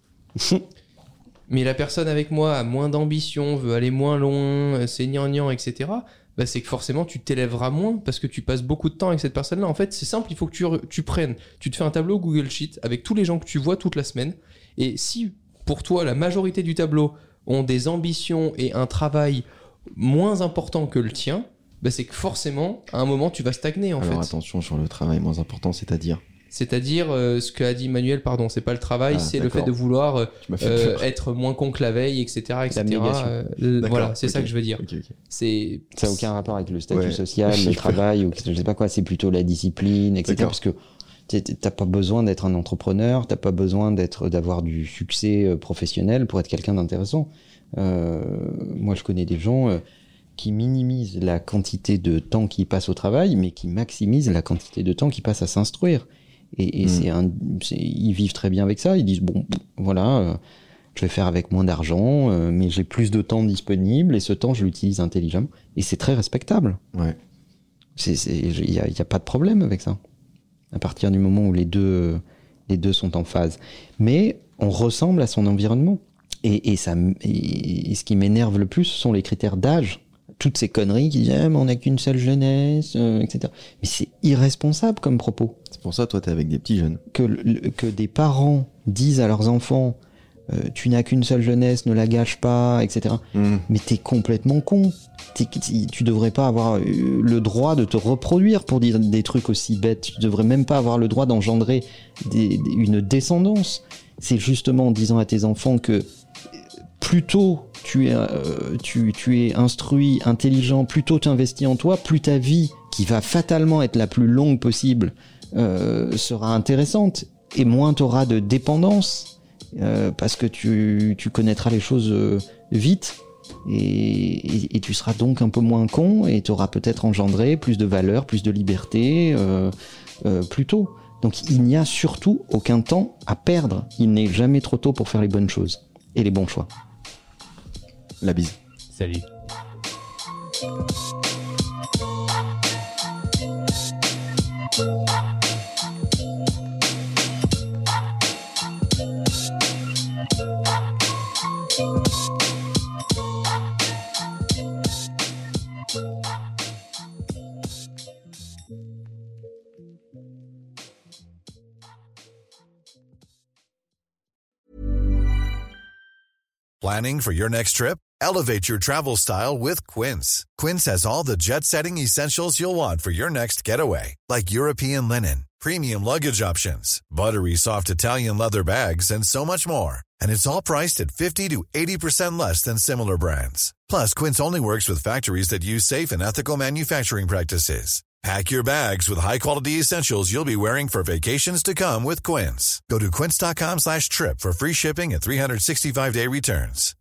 mais la personne avec moi a moins d'ambition, veut aller moins loin, c'est gnangnan, et cetera. Bah, c'est que forcément, tu t'élèveras moins parce que tu passes beaucoup de temps avec cette personne-là. En fait, c'est simple, il faut que tu, re- tu prennes, tu te fais un tableau Google Sheet avec tous les gens que tu vois toute la semaine. Et si, pour toi, la majorité du tableau ont des ambitions et un travail moins important que le tien, bah, c'est que forcément, à un moment, tu vas stagner, en Alors fait. attention sur le travail moins important, c'est-à-dire C'est-à-dire, euh, ce qu'a dit Manuel, pardon, c'est pas le travail, Ah, c'est le d'accord. fait de vouloir euh, Tu m'as fait euh, peur. être moins con que la veille, et cetera, et cetera. L'abnégation. Euh, l- D'accord, voilà, c'est ok. ça que je veux dire. Ok, ok. C'est... Ça n'a aucun rapport avec le statut Ouais. social, le travail, ou je sais pas quoi, c'est plutôt la discipline, et cetera. D'accord. Parce que t'es- t'as pas besoin d'être un entrepreneur, t'as pas besoin d'être, d'avoir du succès euh, professionnel pour être quelqu'un d'intéressant. Euh, moi, je connais des gens euh, qui minimisent la quantité de temps qu'ils passent au travail, mais qui maximisent la quantité de temps qu'ils passent à s'instruire. Et, et Mm. c'est un, c'est, ils vivent très bien avec ça. Ils disent bon, voilà, euh, je vais faire avec moins d'argent, euh, mais j'ai plus de temps disponible et ce temps, je l'utilise intelligemment. Et c'est très respectable. Ouais. C'est, c'est, il y a, il y a pas de problème avec ça. À partir du moment où les deux, euh, les deux sont en phase. Mais on ressemble à son environnement. Et, et ça, m- et, et ce qui m'énerve le plus, ce sont les critères d'âge. Toutes ces conneries qui disent ah, mais on n'a qu'une seule jeunesse, euh, et cetera. Mais c'est irresponsable comme propos. C'est pour ça, toi, t'es avec des petits jeunes. Que, le- que des parents disent à leurs enfants euh, tu n'as qu'une seule jeunesse, ne la gâche pas, et cetera. Mmh. Mais t'es complètement con. T'es- tu devrais pas avoir euh, le droit de te reproduire pour dire des trucs aussi bêtes. Tu devrais même pas avoir le droit d'engendrer des- des- une descendance. C'est justement en disant à tes enfants que plus tôt tu es, euh, tu, tu es instruit, intelligent, plus tôt tu investis en toi, plus ta vie, qui va fatalement être la plus longue possible, euh, sera intéressante, et moins tu auras de dépendance, euh, parce que tu, tu connaîtras les choses euh, vite, et, et, et tu seras donc un peu moins con, et tu auras peut-être engendré plus de valeur, plus de liberté, euh, euh, plus tôt. Donc il n'y a surtout aucun temps à perdre. Il n'est jamais trop tôt pour faire les bonnes choses et les bons choix. La bise. Salut. Planning for your next trip? Elevate your travel style with Quince. Quince has all the jet-setting essentials you'll want for your next getaway, like European linen, premium luggage options, buttery soft Italian leather bags, and so much more. And it's all priced at fifty to eighty percent less than similar brands. Plus, Quince only works with factories that use safe and ethical manufacturing practices. Pack your bags with high-quality essentials you'll be wearing for vacations to come with Quince. Go to quince.com slash trip for free shipping and three sixty-five day returns.